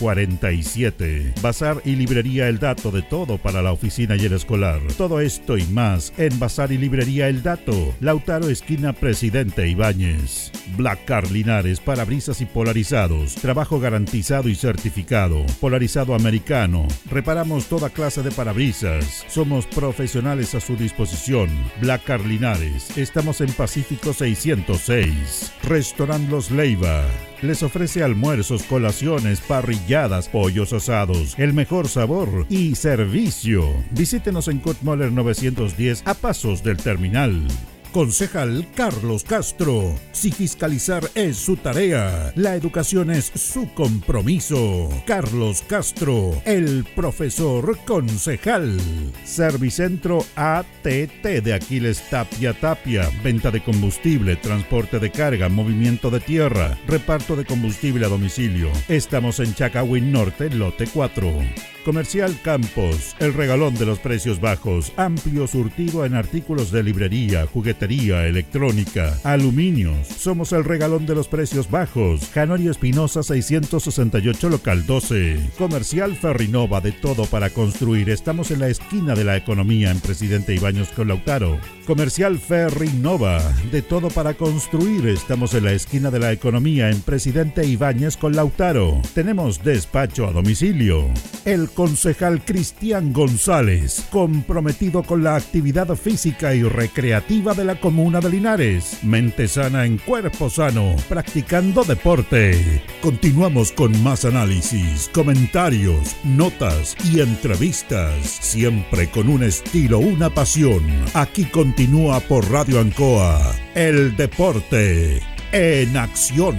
1347. Bazar y librería El Dato, de todo para la oficina y el escolar. Todo esto y más en Bazar y librería El Dato. Lautaro, esquina Presidente Ibáñez. Black Car Linares, parabrisas y polarizados. Trabajo garantizado y certificado. Polarizado americano. Reparamos toda clase de parabrisas. Somos profesionales a su disposición. Black Car Linares. Estamos en Pacífico 606. Restaurant Los Leiva les ofrece almuerzos, colaciones, parrilladas, pollos asados, el mejor sabor y servicio. Visítenos en Kutmoller 910 a pasos del terminal. Concejal Carlos Castro. Si fiscalizar es su tarea, la educación es su compromiso. Carlos Castro, el profesor concejal. Servicentro ATT de Aquiles Tapia Tapia. Venta de combustible, transporte de carga, movimiento de tierra, reparto de combustible a domicilio. Estamos en Chacawin Norte, lote 4. Comercial Campos, el regalón de los precios bajos, amplio surtido en artículos de librería, juguetería, electrónica, aluminios. Somos el regalón de los precios bajos. Janorio Espinosa 668, local 12. Comercial Ferrinova, de todo para construir. Estamos en la esquina de la economía en Presidente Ibáñez con Lautaro. Comercial Ferrinova, de todo para construir. Estamos en la esquina de la economía en Presidente Ibáñez con Lautaro. Tenemos despacho a domicilio. El concejal Cristian González, comprometido con la actividad física y recreativa de la comuna de Linares. Mente sana en cuerpo sano, practicando deporte. Continuamos con más análisis, comentarios, notas y entrevistas, siempre con un estilo, una pasión. Aquí continúa por Radio Ancoa, el deporte en acción.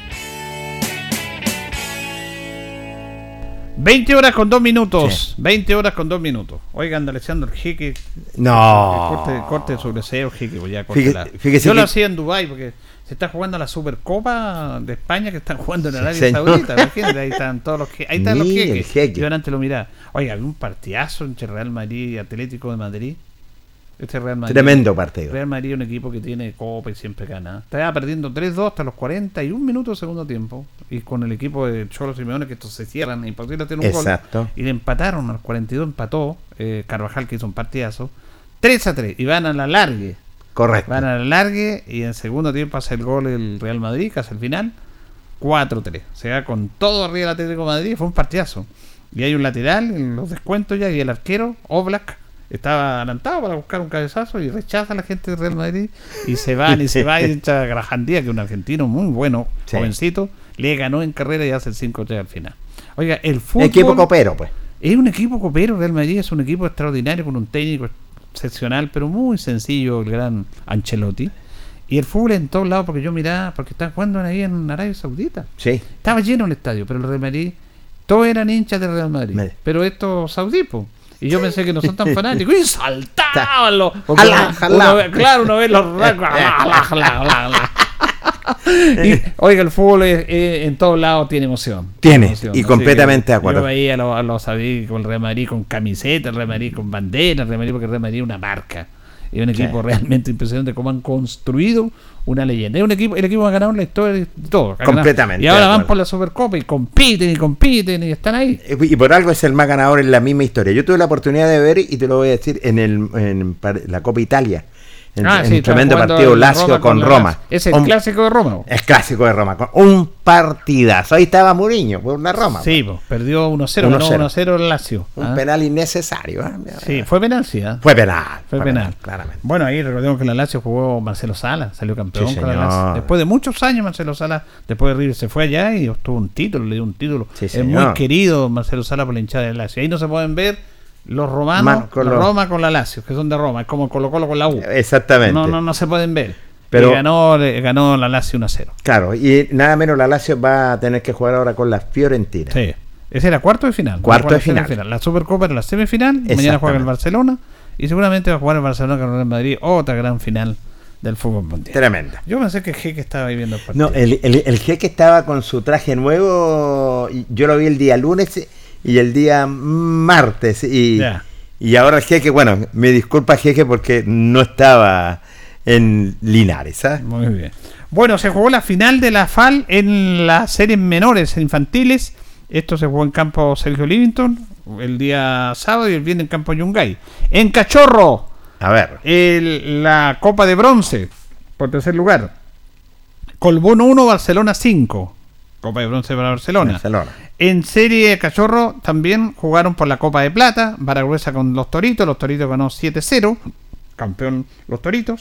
20 horas con 2 minutos. Sí. 20 horas con 2 minutos. Oigan, andaleciando el jeque. No. Corte de sobreseo, jeque. Pues ya, yo lo hacía en Dubái porque se está jugando la Supercopa de España, que están jugando en Arabia Saudita. Imagínate, ahí están todos los jeques. Ahí están los jeques. Yo antes lo miraba. Oiga, había un partidazo entre Real Madrid y Atlético de Madrid. Este Real Madrid, tremendo partido. Real Madrid es un equipo que tiene copa y siempre gana. Estaba perdiendo 3-2 hasta los 41 minutos del segundo tiempo. Y con el equipo de Cholo Simeone, que estos se cierran, imposible tener un gol. Y le empataron al 42, empató Carvajal, que hizo un partidazo. 3-3 y van a la largue. Correcto. Van al alargue y en segundo tiempo hace el gol el Real Madrid, que hace el final, 4-3. Se va con todo arriba el Atlético de Madrid, fue un partidazo. Y hay un lateral en los descuentos ya, y el arquero, Oblak, estaba adelantado para buscar un cabezazo y rechaza a la gente del Real Madrid y se van y se va, y echa Grajandía, que es un argentino muy bueno, jovencito, le ganó en carrera y hace el 5-3 al final. Oiga, el fútbol... Equipo copero, pues. Es un equipo copero, Real Madrid es un equipo extraordinario con un técnico excepcional, pero muy sencillo, el gran Ancelotti. Y el fútbol en todos lados, porque yo miraba, porque están jugando ahí en Arabia Saudita. Sí. Estaba lleno el estadio, pero el Real Madrid, todos eran hinchas del Real Madrid. Pero estos saudipos. Y yo pensé que no son tan fanáticos. Y saltaban los. Claro, uno ve los. Y, oiga, el fútbol en todos lados tiene emoción. Y completamente de acuerdo. Yo veía a los saudíes con el Real Madrid con camiseta, el Real Madrid con bandera, el Real Madrid, porque el Real Madrid es una marca. Es un equipo realmente impresionante cómo han construido una leyenda. Es un equipo, el equipo ha ganado en la historia de todo. Completamente. Y ahora van por la Supercopa y compiten y están ahí. Y por algo es el más ganador en la misma historia. Yo tuve la oportunidad de ver, y te lo voy a decir, en la Copa Italia. En un tremendo partido Lazio con Roma. Es el clásico de Roma. Es clásico de Roma. Con un partidazo. Ahí estaba Mourinho por una Roma. Sí, perdió 1-0. Ganó 1-0 el Lazio. Un penal innecesario. Sí, fue penal, sí. Fue penal, claramente. Bueno, ahí recordemos que la Lazio jugó Marcelo Sala, salió campeón con la Lazio. Después de muchos años, Marcelo Sala, después de River, se fue allá y obtuvo un título, le dio un título. Sí, es muy querido Marcelo Sala por la hinchada de la Lazio. Ahí no se pueden ver los romanos, Roma con la Lazio, que son de Roma, es como Colo-Colo con la U. Exactamente. No se pueden ver. Pero ganó la Lazio 1-0. Claro, y nada menos la Lazio va a tener que jugar ahora con la Fiorentina. Sí. Ese era cuarto de final. Cuarto de final. La Supercopa era la semifinal. Mañana juega el Barcelona. Y seguramente va a jugar el Barcelona con el Real Madrid. Otra gran final del fútbol mundial. Tremenda. Yo pensé que Jeque estaba ahí viendo el partido. No, el Jeque estaba con su traje nuevo. Yo lo vi el día lunes y el día martes. Y ahora el Jeque, bueno, me disculpa Jeque porque no estaba en Linares, ¿sabes? Muy bien. Bueno, se jugó la final de la FAL en las series menores infantiles. Esto se jugó en campo Sergio Livington el día sábado y el viernes en campo Yungay. En Cachorro, a ver, la Copa de Bronce, por tercer lugar. Colbún 1, Barcelona 5. Copa de Bronce para Barcelona. En serie Cachorro también jugaron por la Copa de Plata, Baragruesa con los Toritos ganó 7-0, campeón los Toritos.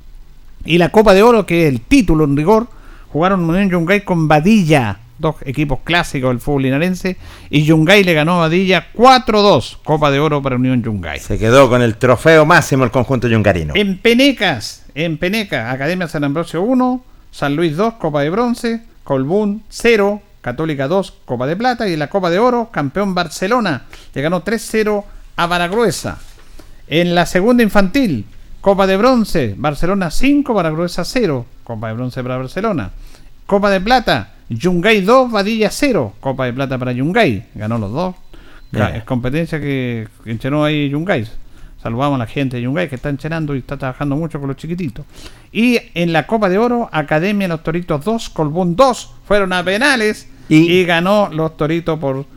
Y la Copa de Oro, que es el título en rigor, jugaron Unión Yungay con Badilla, dos equipos clásicos del fútbol linarense, y Yungay le ganó a Badilla 4-2, Copa de Oro para Unión Yungay. Se quedó con el trofeo máximo el conjunto yungarino. En Peneca, Academia San Ambrosio 1, San Luis 2, Copa de Bronce, Colbún 0, Católica 2, Copa de Plata, y en la Copa de Oro, campeón Barcelona, le ganó 3-0 a Baragruesa. En la segunda infantil, Copa de Bronce, Barcelona 5, Baragruesa 0, Copa de Bronce para Barcelona. Copa de Plata, Yungay 2, Badilla 0, Copa de Plata para Yungay, ganó los dos. Es competencia que enchenó ahí Yungay. Saludamos a la gente de Yungay que está enchenando y está trabajando mucho con los chiquititos. Y en la Copa de Oro, Academia Los Toritos 2, Colbún 2, fueron a penales y ganó Los Toritos por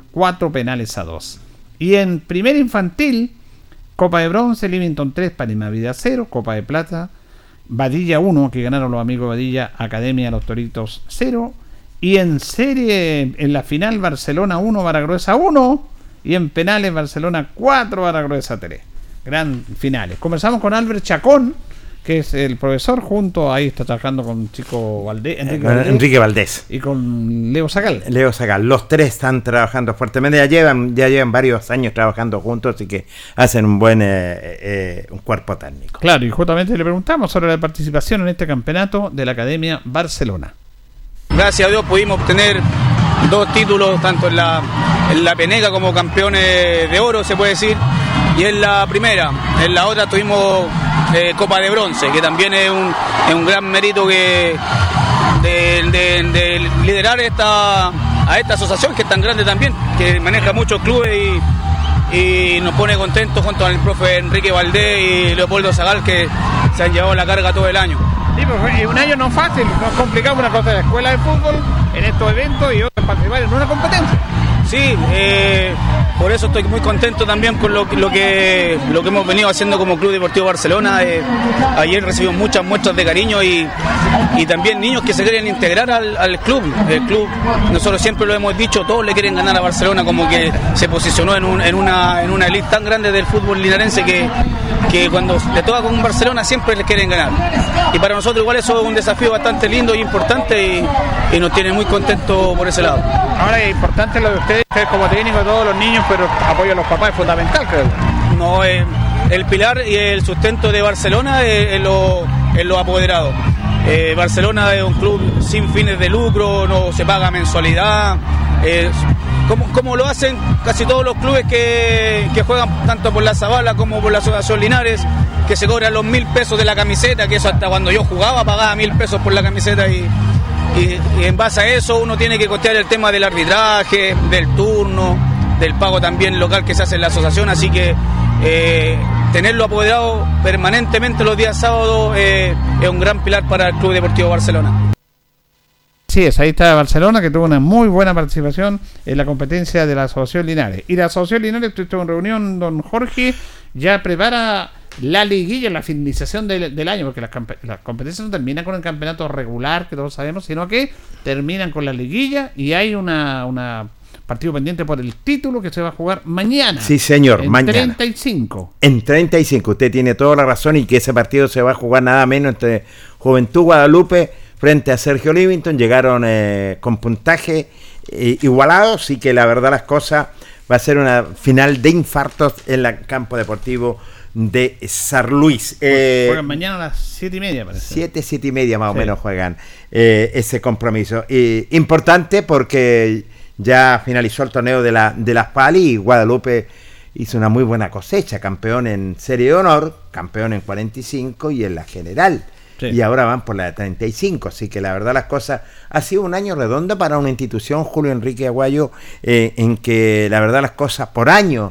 4-2. Y en primera infantil, Copa de Bronce, Livington 3, Panamá Vida 0, Copa de Plata, Badilla 1, que ganaron los amigos de Badilla, Academia Los Toritos 0. Y en serie, en la final, Barcelona 1, Baragruesa 1. Y en penales, Barcelona 4, Baragruesa 3. Gran finales. Conversamos con Albert Chacón, que es el profesor, ahí está trabajando con Chico Valdés, Enrique Valdés. Y con Leo Sacal. Los tres están trabajando fuertemente, ya llevan varios años trabajando juntos, así que hacen un buen un cuerpo técnico. Claro, y justamente le preguntamos sobre la participación en este campeonato de la Academia Barcelona. Gracias a Dios pudimos obtener 2 títulos, tanto en la Peneca como campeones de oro, se puede decir, y en la primera. En la otra tuvimos Copa de Bronce, que también es un gran mérito de liderar a esta asociación, que es tan grande también, que maneja muchos clubes y nos pone contentos junto al profe Enrique Valdés y Leopoldo Zagal, que se han llevado la carga todo el año. Sí, pues un año no fácil, nos complicamos una cosa de la escuela de fútbol en estos eventos y otros participar en una competencia. Sí, por eso estoy muy contento también con lo que hemos venido haciendo como Club Deportivo Barcelona. Ayer recibimos muchas muestras de cariño y también niños que se quieren integrar al club. El club, nosotros siempre lo hemos dicho, todos le quieren ganar a Barcelona, como que se posicionó en una elite tan grande del fútbol linarense que cuando le toca con un Barcelona siempre le quieren ganar. Y para nosotros igual eso es un desafío bastante lindo y importante y nos tiene muy contentos por ese lado. Ahora es importante lo de ustedes como técnico, todos los niños, pero apoyo a los papás es fundamental, creo. No, el pilar y el sustento de Barcelona es los apoderados. Barcelona es un club sin fines de lucro, no se paga mensualidad, como lo hacen casi todos los clubes que juegan tanto por la Zabala como por la Asociación Linares, que se cobran los 1.000 pesos de la camiseta, que eso hasta cuando yo jugaba pagaba 1.000 pesos por la camiseta y en base a eso uno tiene que costear el tema del arbitraje, del turno, del pago también local que se hace en la asociación, así que tenerlo apoderado permanentemente los días sábados es un gran pilar para el Club Deportivo Barcelona. Sí, ahí está Barcelona, que tuvo una muy buena participación en la competencia de la Asociación Linares. Y la Asociación Linares, estuvo en reunión, don Jorge, ya prepara la liguilla, la finalización del año, porque las competencias no terminan con el campeonato regular, que todos sabemos, sino que terminan con la liguilla y hay una partido pendiente por el título que se va a jugar mañana. Sí, señor, mañana. 35. En 35, usted tiene toda la razón, y que ese partido se va a jugar nada menos entre Juventud Guadalupe frente a Sergio Livington. Llegaron con puntaje igualado, así que la verdad las cosas va a ser una final de infartos en el campo deportivo de San Luis. Juegan mañana a las 7:30, parece. 7:30 más o menos juegan ese compromiso. Importante porque ya finalizó el torneo de las Pali y Guadalupe hizo una muy buena cosecha, campeón en Serie de Honor, campeón en 45 y en la general. Sí. Y ahora van por la 35, así que la verdad las cosas, ha sido un año redondo para una institución, Julio Enrique Aguayo, en que la verdad las cosas por año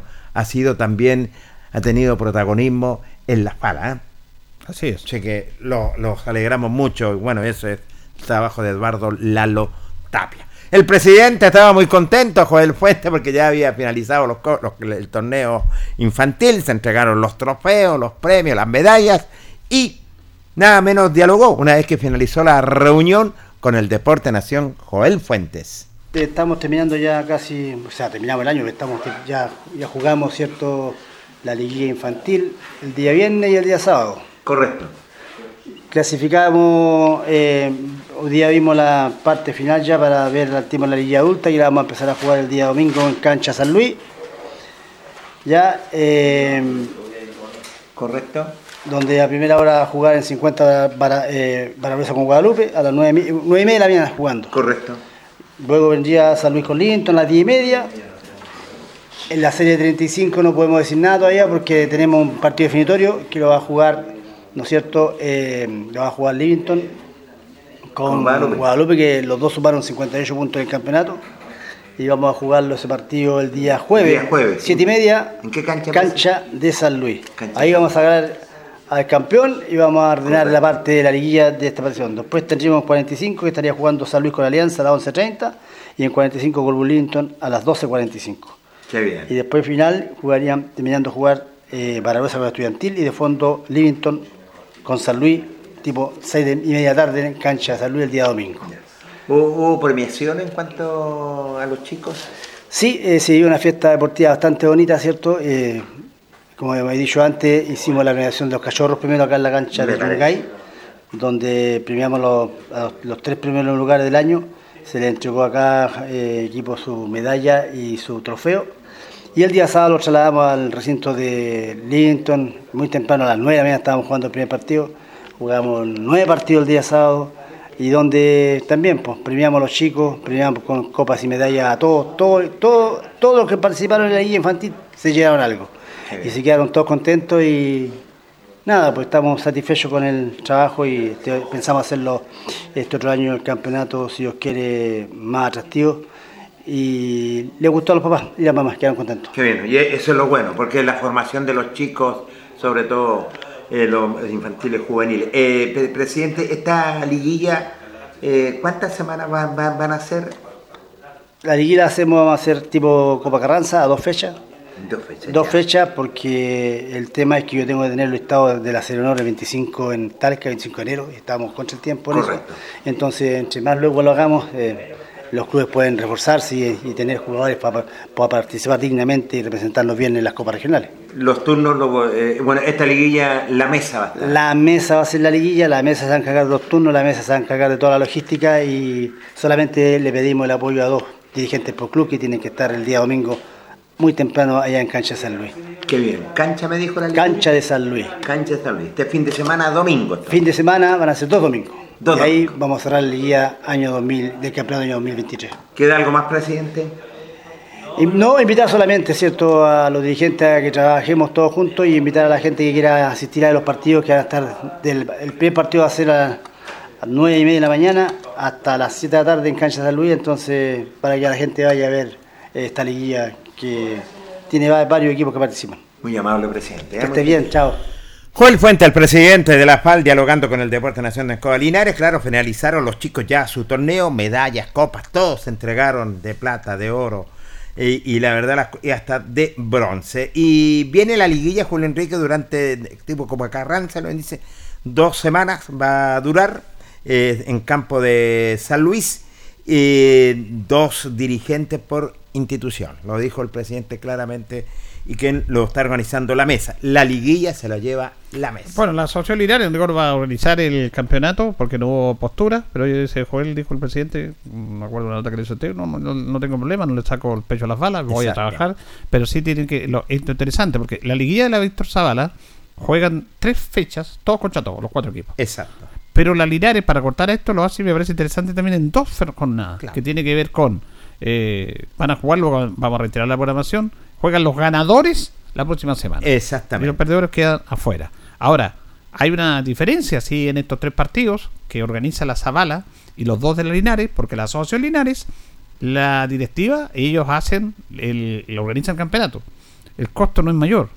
ha tenido protagonismo en las palas. Así es. Así que los alegramos mucho, y bueno, eso es el trabajo de Eduardo Lalo Tapia. El presidente estaba muy contento, Joel Fuente, porque ya había finalizado el torneo infantil, se entregaron los trofeos, los premios, las medallas, y nada menos dialogó una vez que finalizó la reunión con el Deporte Nación Joel Fuentes. Estamos terminando ya casi, terminamos el año, ya jugamos, ¿cierto?, la liguilla infantil el día viernes y el día sábado. Correcto. Clasificamos, hoy día vimos la parte final ya para ver el tema de la liguilla adulta, y la vamos a empezar a jugar el día domingo en cancha San Luis. Ya. Correcto. Donde a primera hora jugar en 50 Barabrosa con Guadalupe, a las 9:30 la vienen jugando. Correcto. Luego vendría San Luis con Livington a las 10:30. En la serie 35 no podemos decir nada todavía porque tenemos un partido definitorio que lo va a jugar, ¿no es cierto? Lo va a jugar Livington con Guadalupe, que los dos sumaron 58 puntos en el campeonato. Y vamos a jugarlo ese partido el día jueves. 7:30. ¿En qué cancha? Cancha de San Luis. Ahí vamos a ganar al campeón y vamos a ordenar la parte de la liguilla de esta partición. Después tendríamos 45, que estaría jugando San Luis con Alianza a las 11:30, y en 45 con Livington a las 12:45. Qué bien. Y después final jugarían, terminando de jugar Barbarosa con Estudiantil, y de fondo Livington con San Luis, tipo 6:30 tarde en cancha de San Luis el día domingo. ¿Hubo premiación en cuanto a los chicos? Sí, se dio una fiesta deportiva bastante bonita, ¿cierto? Como he dicho antes, hicimos la premiación de los cachorros primero acá en la cancha de Yungay, donde premiamos los 3 primeros lugares del año. Se le entregó a cada equipo su medalla y su trofeo. Y el día sábado lo trasladamos al recinto de Livington, muy temprano a las 9 de la mañana estábamos jugando el primer partido. Jugamos 9 partidos el día sábado, y donde también pues premiamos a los chicos, premiamos con copas y medallas a todos los que participaron en la guía infantil, se llevaron algo. Y se quedaron todos contentos, y nada, pues estamos satisfechos con el trabajo, y pensamos hacerlo este otro año el campeonato, si Dios quiere, más atractivo. Y le gustó a los papás y las mamás, quedaron contentos. Qué bien, y eso es lo bueno, porque la formación de los chicos, sobre todo los infantiles juveniles. Presidente, esta liguilla, ¿cuántas semanas van a ser? La liguilla vamos a hacer tipo Copa Carranza, a 2 fechas. Dos fechas porque el tema es que yo tengo que tener el listado de la Serie Honor el 25 en Talca, el 25 de enero, y estamos contra el tiempo en eso. Entonces, entre más luego lo hagamos, los clubes pueden reforzarse y tener jugadores para participar dignamente y representarnos bien en las copas regionales. Los turnos, bueno, esta liguilla, la mesa va a estar. La mesa va a ser la liguilla, la mesa se va a encargar de los turnos, la mesa se va a encargar de toda la logística y solamente le pedimos el apoyo a 2 dirigentes por club que tienen que estar el día domingo muy temprano allá en Cancha de San Luis. Qué bien. ¿Cancha me dijo la liguilla? Cancha de San Luis. Cancha de San Luis. Este fin de semana, domingo. Entonces. Fin de semana van a ser 2 domingos. Y ahí vamos a cerrar la liguilla del campeonato año 2023. ¿Queda algo más, presidente? No, invitar solamente, ¿cierto?, a los dirigentes a que trabajemos todos juntos y invitar a la gente que quiera asistir a los partidos que van a estar. El primer partido va a ser a las 9:30 de la mañana hasta las 7 de la tarde en Cancha de San Luis, entonces para que la gente vaya a ver esta liguilla que tiene varios equipos que participan. Muy amable, presidente. Que esté bien, chao. Joel Fuente, el presidente de la FAL, dialogando con el Deporte Nacional de Escobar. Linares, claro, finalizaron los chicos ya su torneo, medallas, copas, todos se entregaron de plata, de oro y la verdad y hasta de bronce. Y viene la liguilla, Julio Enrique, durante, tipo como acá Ranza lo dice, 2 semanas va a durar en campo de San Luis, 2 dirigentes por institución, lo dijo el presidente claramente, y que lo está organizando la mesa. La liguilla se la lleva la mesa. Bueno, la Asociación Linares va a organizar el campeonato porque no hubo postura, pero ese Joel dijo el presidente, me acuerdo de la nota que le hizo usted, no tengo problema, no le saco el pecho a las balas, voy a trabajar, pero sí tienen que, es interesante porque la liguilla de la Víctor Zavala juegan 3 fechas, todos contra todos, los 4 equipos. Exacto. Pero la Linares, para cortar esto, lo hace y me parece interesante también en 2 jornadas, claro, que tiene que ver con van a jugar, luego vamos a retirar la programación, juegan los ganadores la próxima semana. Exactamente. Y los perdedores quedan afuera. Ahora, hay una diferencia, sí, en estos 3 partidos que organiza la Zavala y los 2 de la Linares, porque la Asociación Linares, la directiva, ellos organizan el campeonato. El costo no es mayor.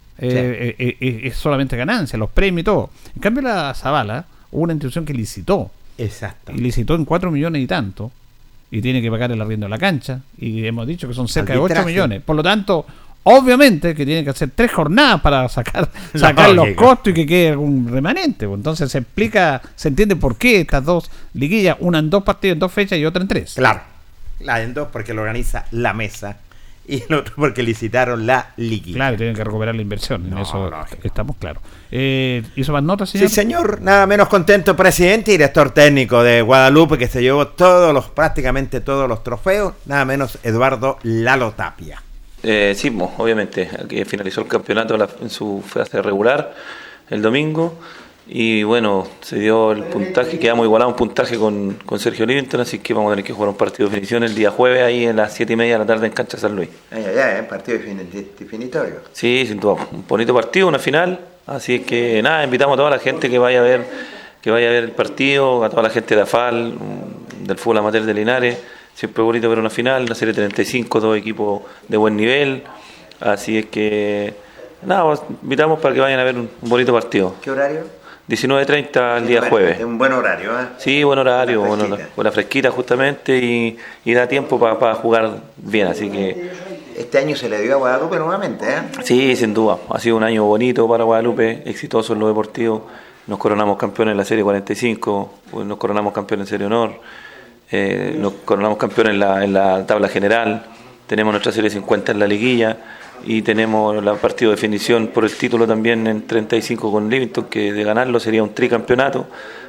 Es solamente ganancia, los premios y todo. En cambio, la Zavala hubo una institución que licitó. Exacto. Y licitó en 4 millones y tanto. Y tiene que pagar el arriendo de la cancha. Y hemos dicho que son cerca de 8 millones. Por lo tanto, obviamente que tienen que hacer 3 jornadas para sacar los costos y que quede algún remanente. Entonces se entiende por qué estas 2 liguillas, una en 2 partidos, en 2 fechas y otra en 3. Claro, la en 2 porque lo organiza la mesa y el otro porque licitaron la liguilla. Claro, tienen que recuperar la inversión, en eso estamos claros. ¿Hizo más notas, señor? Sí, señor, nada menos contento, presidente y director técnico de Guadalupe, que se llevó prácticamente todos los trofeos, nada menos Eduardo Lalo Tapia. Sí, obviamente, aquí finalizó el campeonato en su fase regular el domingo. Y bueno, se dio el puntaje, quedamos igualados un puntaje con Sergio Livington, así que vamos a tener que jugar un partido de definición el día jueves ahí a las 7:30 de la tarde en Cancha de San Luis. Partido definitorio. Sí, sin duda, un bonito partido, una final, así que nada, invitamos a toda la gente que vaya a ver el partido, a toda la gente de AFAL, del fútbol amateur de Linares, siempre bonito ver una final, una serie 35, 2 equipos de buen nivel, así es que nada, invitamos para que vayan a ver un bonito partido. ¿Qué horario? 19:30 el día jueves. Es un buen horario, ¿eh? Sí, buen horario, buena fresquita justamente y da tiempo para jugar bien, así que... Este año se le dio a Guadalupe nuevamente, ¿eh? Sí, sin duda, ha sido un año bonito para Guadalupe, exitoso en lo deportivo, nos coronamos campeones en la Serie 45, nos coronamos campeones en Serie Honor, nos coronamos campeones en la tabla general, tenemos nuestra Serie 50 en la liguilla, y tenemos el partido de definición por el título también en 35 con Livington, que de ganarlo sería un tricampeonato,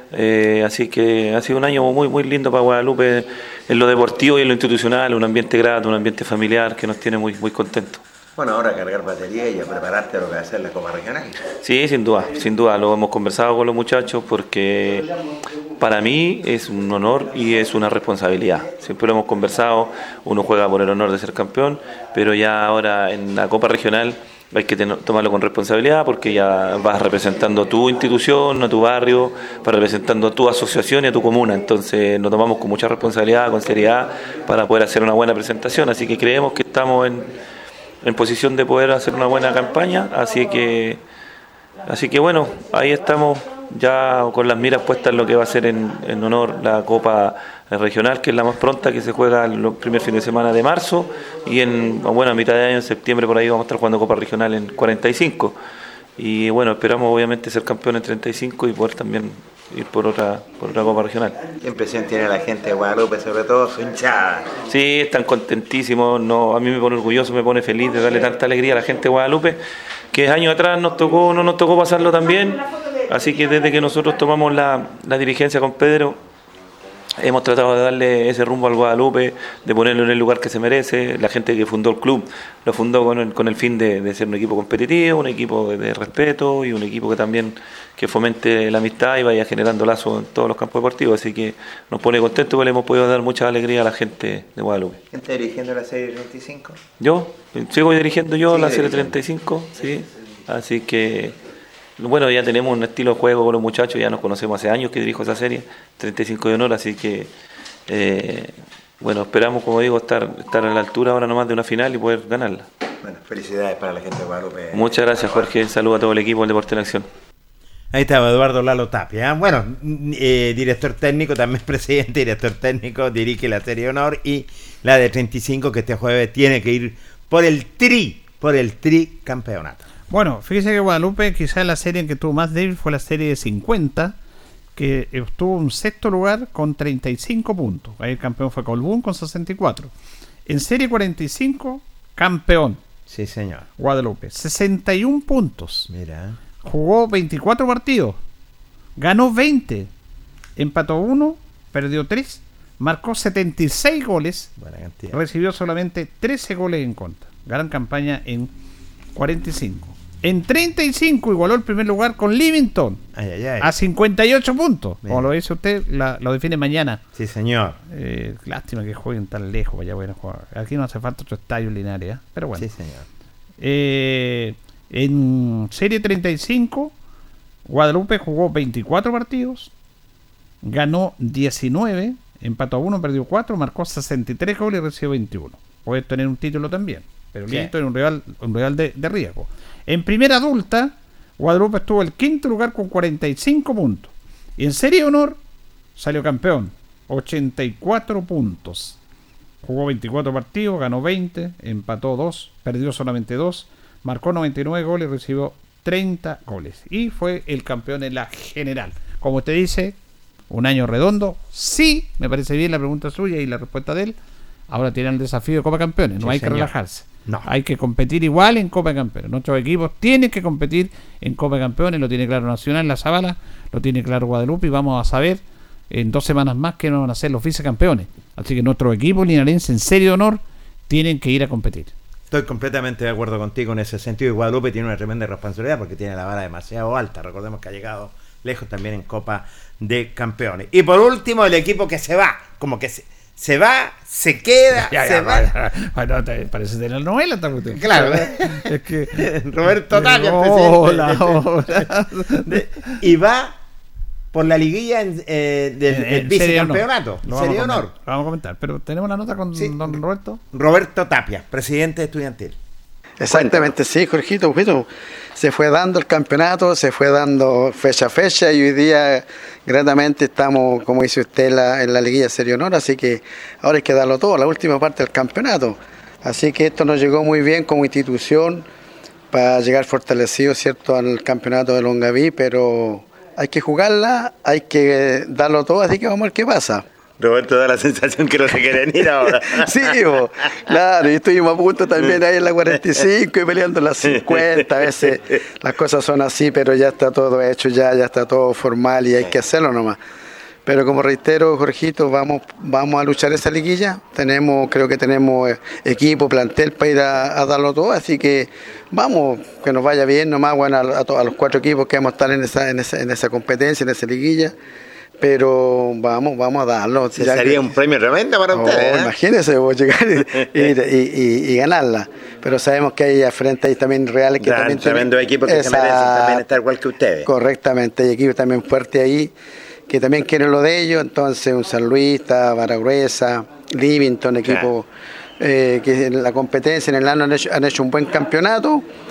así que ha sido un año muy muy lindo para Guadalupe en lo deportivo y en lo institucional, un ambiente grato, un ambiente familiar que nos tiene muy muy contentos. Bueno, ahora cargar batería y a prepararte a lo que va a ser la Copa Regional. Sí, sin duda, lo hemos conversado con los muchachos porque para mí es un honor y es una responsabilidad. Siempre lo hemos conversado, uno juega por el honor de ser campeón, pero ya ahora en la Copa Regional hay que tomarlo con responsabilidad porque ya vas representando a tu institución, a tu barrio, vas representando a tu asociación y a tu comuna. Entonces lo tomamos con mucha responsabilidad, con seriedad, para poder hacer una buena presentación. Así que creemos que estamos en posición de poder hacer una buena campaña, así que bueno, ahí estamos ya con las miras puestas en lo que va a ser en honor la Copa Regional, que es la más pronta, que se juega el primer fin de semana de marzo, y a mitad de año, en septiembre, por ahí vamos a estar jugando Copa Regional en 45. Y bueno, esperamos obviamente ser campeón en 35 y poder también ir por otra Copa Regional. ¿Qué impresión tiene la gente de Guadalupe, sobre todo su hinchada? Sí, están contentísimos, a mí me pone orgulloso, me pone feliz de darle tanta alegría a la gente de Guadalupe, que años atrás no nos tocó pasarlo tan bien, así que desde que nosotros tomamos la dirigencia con Pedro, hemos tratado de darle ese rumbo al Guadalupe, de ponerlo en el lugar que se merece. La gente que fundó el club lo fundó con el fin de ser un equipo competitivo, un equipo de respeto y un equipo que también que fomente la amistad y vaya generando lazos en todos los campos deportivos. Así que nos pone contentos porque le hemos podido dar mucha alegría a la gente de Guadalupe. ¿Quién está dirigiendo la serie 35? Yo, sigo dirigiendo la serie 35, sí. Así que bueno, ya tenemos un estilo de juego con los muchachos, ya nos conocemos hace años que dirijo esa serie, 35 de honor, así que esperamos, como digo, estar a la altura ahora nomás de una final y poder ganarla. Bueno, felicidades para la gente de Guadalupe. Muchas gracias, Jorge, saludos a todo el equipo del Deporte en Acción. Ahí estaba Eduardo Lalo Tapia, director técnico, también presidente, director técnico, dirige la serie de honor y la de 35 que este jueves tiene que ir por el tri campeonato. Bueno, fíjese que Guadalupe, quizás la serie en que tuvo más débil fue la serie de 50, que obtuvo un sexto lugar con 35 puntos. Ahí el campeón fue Colbún con 64. En serie 45, campeón. Sí, señor. Guadalupe, 61 puntos. Mira. Jugó 24 partidos, ganó 20, empató 1, perdió 3, marcó 76 goles, buena cantidad. Recibió solamente 13 goles en contra. Gran campaña en 45. En 35 igualó el primer lugar con Livingston a 58 puntos. Bien. Como lo dice usted, lo define mañana. Sí, señor. Lástima que jueguen tan lejos. Vaya, bueno, jugar. Aquí no hace falta otro estadio Linares, pero bueno. Sí, señor. En serie 35, Guadalupe jugó 24 partidos, ganó 19, empató 1, perdió 4, marcó 63 goles y recibió 21. Puede tener un título también, pero Livingston es un rival de riesgo. En primera adulta, Guadalupe estuvo el quinto lugar con 45 puntos. Y en serie de honor salió campeón, 84 puntos. Jugó 24 partidos, ganó 20, empató 2, perdió solamente 2, marcó 99 goles y recibió 30 goles. Y fue el campeón en la general. Como usted dice, un año redondo. Sí, me parece bien la pregunta suya y la respuesta de él. Ahora tienen el desafío de Copa Campeones, no hay que relajarse. No. Hay que competir igual en Copa de Campeones. Nuestros equipos tienen que competir en Copa de Campeones. Lo tiene claro Nacional, La Zabala, lo tiene claro Guadalupe, y vamos a saber en 2 semanas más que nos van a hacer los vicecampeones. Así que nuestros equipos linarenses en serie de honor tienen que ir a competir. Estoy completamente de acuerdo contigo en ese sentido. Y Guadalupe tiene una tremenda responsabilidad porque tiene la vara demasiado alta. Recordemos que ha llegado lejos también en Copa de Campeones. Y por último, el equipo que se va, como que se va, se queda, se va. Bueno, parece de la novela también. Claro, es que Roberto Tapia, presidente. Y va por la liguilla del vicecampeonato, serie de honor. Vamos a comentar, pero tenemos la nota con don Roberto. Roberto Tapia, presidente estudiantil. Exactamente, sí, Jorgito, se fue dando el campeonato, se fue dando fecha a fecha y hoy día gratamente estamos, como dice usted, en la liguilla Serie Honor, así que ahora hay que darlo todo, la última parte del campeonato. Así que esto nos llegó muy bien como institución para llegar fortalecido, ¿cierto?, al campeonato de Longaví, pero hay que jugarla, hay que darlo todo, así que vamos a ver qué pasa. Roberto da la sensación que no se quieren ir ahora. Sí, claro, y estuvimos a punto también ahí en la 45 y peleando en la 50. A veces las cosas son así, pero ya está todo hecho, ya está todo formal y hay que hacerlo nomás. Pero como reitero, Jorgito, vamos a luchar esa liguilla. Creo que tenemos equipo, plantel para ir a darlo todo, así que vamos, que nos vaya bien nomás, bueno, a los 4 equipos que vamos a estar en esa competencia, en esa liguilla. Pero vamos a darlo. Sería un premio tremendo para ustedes. Imagínense, voy a llegar y ganarla. Pero sabemos que hay frente ahí también reales que también tremendo equipo que se merecen también estar igual que ustedes. Correctamente, hay equipos también fuertes ahí que también quieren lo de ellos. Entonces un San Luis, Baragruesa, Livingston, equipo que en la competencia en el año han hecho un buen campeonato.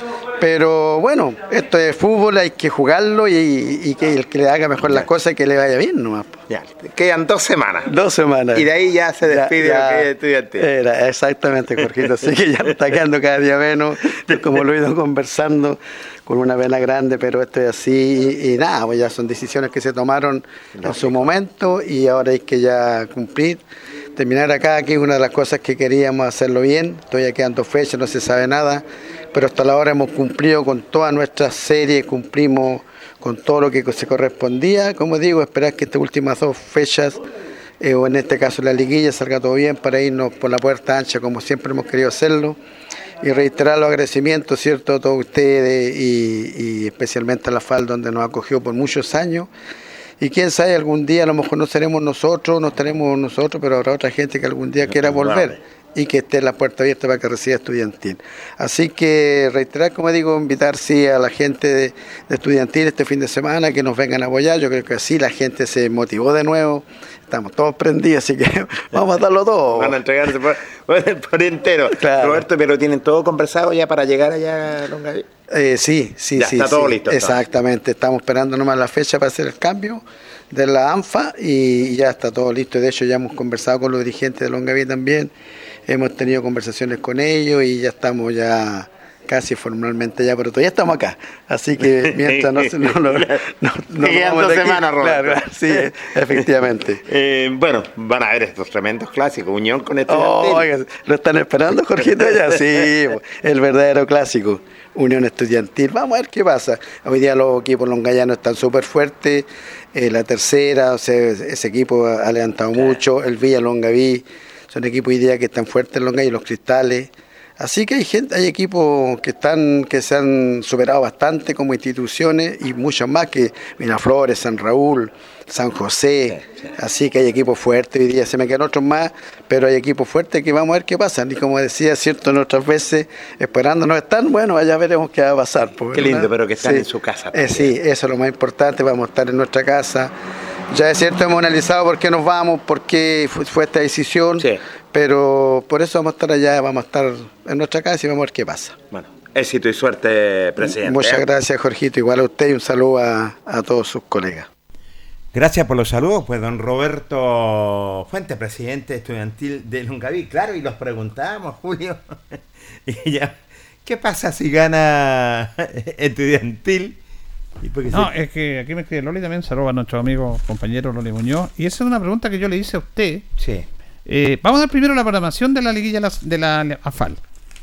Pero bueno, esto es fútbol, hay que jugarlo y que el que le haga mejor las cosas, que le vaya bien nomás. Ya, quedan 2 semanas. 2 semanas. Y de ahí ya se despide lo que es Estudiantil. Era, exactamente, Jorgito. Así que ya está quedando cada día menos, como lo he ido conversando, con una pena grande, pero esto es así. Y nada, pues ya son decisiones que se tomaron en su momento y ahora hay que ya cumplir. Terminar acá, que es una de las cosas que queríamos hacerlo bien. Todavía quedan 2 fechas, no se sabe nada, pero hasta la hora hemos cumplido con todas nuestras series, cumplimos con todo lo que se correspondía. Como digo, esperar que estas últimas 2 fechas, o en este caso la liguilla, salga todo bien para irnos por la puerta ancha, como siempre hemos querido hacerlo. Y reiterar los agradecimientos, ¿cierto?, a todos ustedes y especialmente a la FAL, donde nos acogió por muchos años. Y quién sabe, algún día a lo mejor no estaremos nosotros, pero habrá otra gente que algún día quiera volver y que esté la puerta abierta para que reciba Estudiantil. Así que reiterar, como digo, invitar sí a la gente de Estudiantil este fin de semana que nos vengan a apoyar. Yo creo que así la gente se motivó de nuevo. Estamos todos prendidos, así que vamos a darlo todo. Van a entregarse por entero. Claro. Roberto, pero ¿tienen todo conversado ya para llegar allá a Longaví? Sí. Está todo listo. Exactamente, estamos esperando nomás la fecha para hacer el cambio de la ANFA y ya está todo listo. De hecho, ya hemos conversado con los dirigentes de Longaví también, hemos tenido conversaciones con ellos y ya estamos ya casi formalmente ya, pero todavía estamos acá. Así que mientras no quedan 2 semanas, Roberto. Claro, sí, efectivamente. Bueno, van a ver estos tremendos clásicos, Unión con Estudiantil. Oiga, ¿lo están esperando, Jorgito? Ya, sí, el verdadero clásico, Unión Estudiantil. Vamos a ver qué pasa. Hoy día los equipos longallanos están súper fuertes. La tercera, o sea, ese equipo ha levantado mucho. El Villa Longaví, son equipos hoy día que están fuertes en Longaví, los Cristales. Así que hay equipos que se han superado bastante como instituciones y muchos más, que Miraflores, San Raúl, San José. Sí. Así que hay equipos fuertes hoy día, se me quedan otros más, pero hay equipos fuertes que vamos a ver qué pasa. Y como decía, cierto, en otras veces esperándonos están, bueno, allá veremos qué va a pasar. Qué lindo, pero que están en su casa. Sí, eso es lo más importante, vamos a estar en nuestra casa. Ya es cierto, hemos analizado por qué nos vamos, por qué fue esta decisión. Sí. Pero por eso vamos a estar allá, vamos a estar en nuestra casa y vamos a ver qué pasa. Bueno, éxito y suerte, presidente. Muchas gracias, Jorgito. Igual a usted y un saludo a todos sus colegas. Gracias por los saludos, pues don Roberto Fuentes, presidente estudiantil de Longaví. Claro, y los preguntábamos, Julio, y ya, ¿qué pasa si gana Estudiantil? Es que aquí me escribe Loli también, saludos a nuestro amigo, compañero Loli Muñoz. Y esa es una pregunta que yo le hice a usted. Sí. Vamos a dar primero la programación de la liguilla de la AFAL.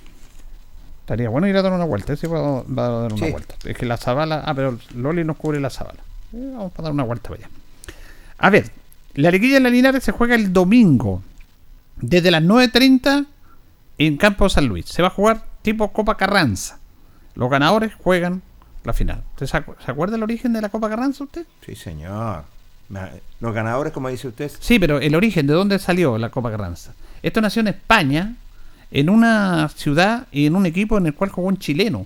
Estaría bueno ir a dar una vuelta. Sí, va a dar una vuelta. Es que la Zabala. Pero Loli nos cubre la Zabala. Vamos a dar una vuelta para allá. A ver, la liguilla en la Linares se juega el domingo desde las 9:30 en Campo San Luis. Se va a jugar tipo Copa Carranza. Los ganadores juegan la final. ¿Se acuerda el origen de la Copa Carranza usted? Sí, señor. Los ganadores, como dice usted. Sí, pero el origen, ¿de dónde salió la Copa Carranza? Esto nació en España, en una ciudad y en un equipo en el cual jugó un chileno.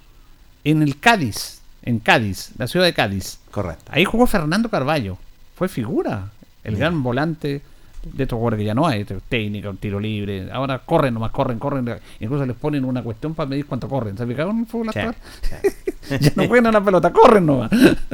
En el Cádiz, la ciudad de Cádiz. Correcto. Ahí jugó Fernando Carballo. Fue figura, el gran volante de estos jugadores que ya no hay, técnica, un tiro libre. Ahora corren. Incluso les ponen una cuestión para medir cuánto corren. ¿Se fijaron en el fútbol actual? Sí. Ya no juegan a la pelota, corren nomás.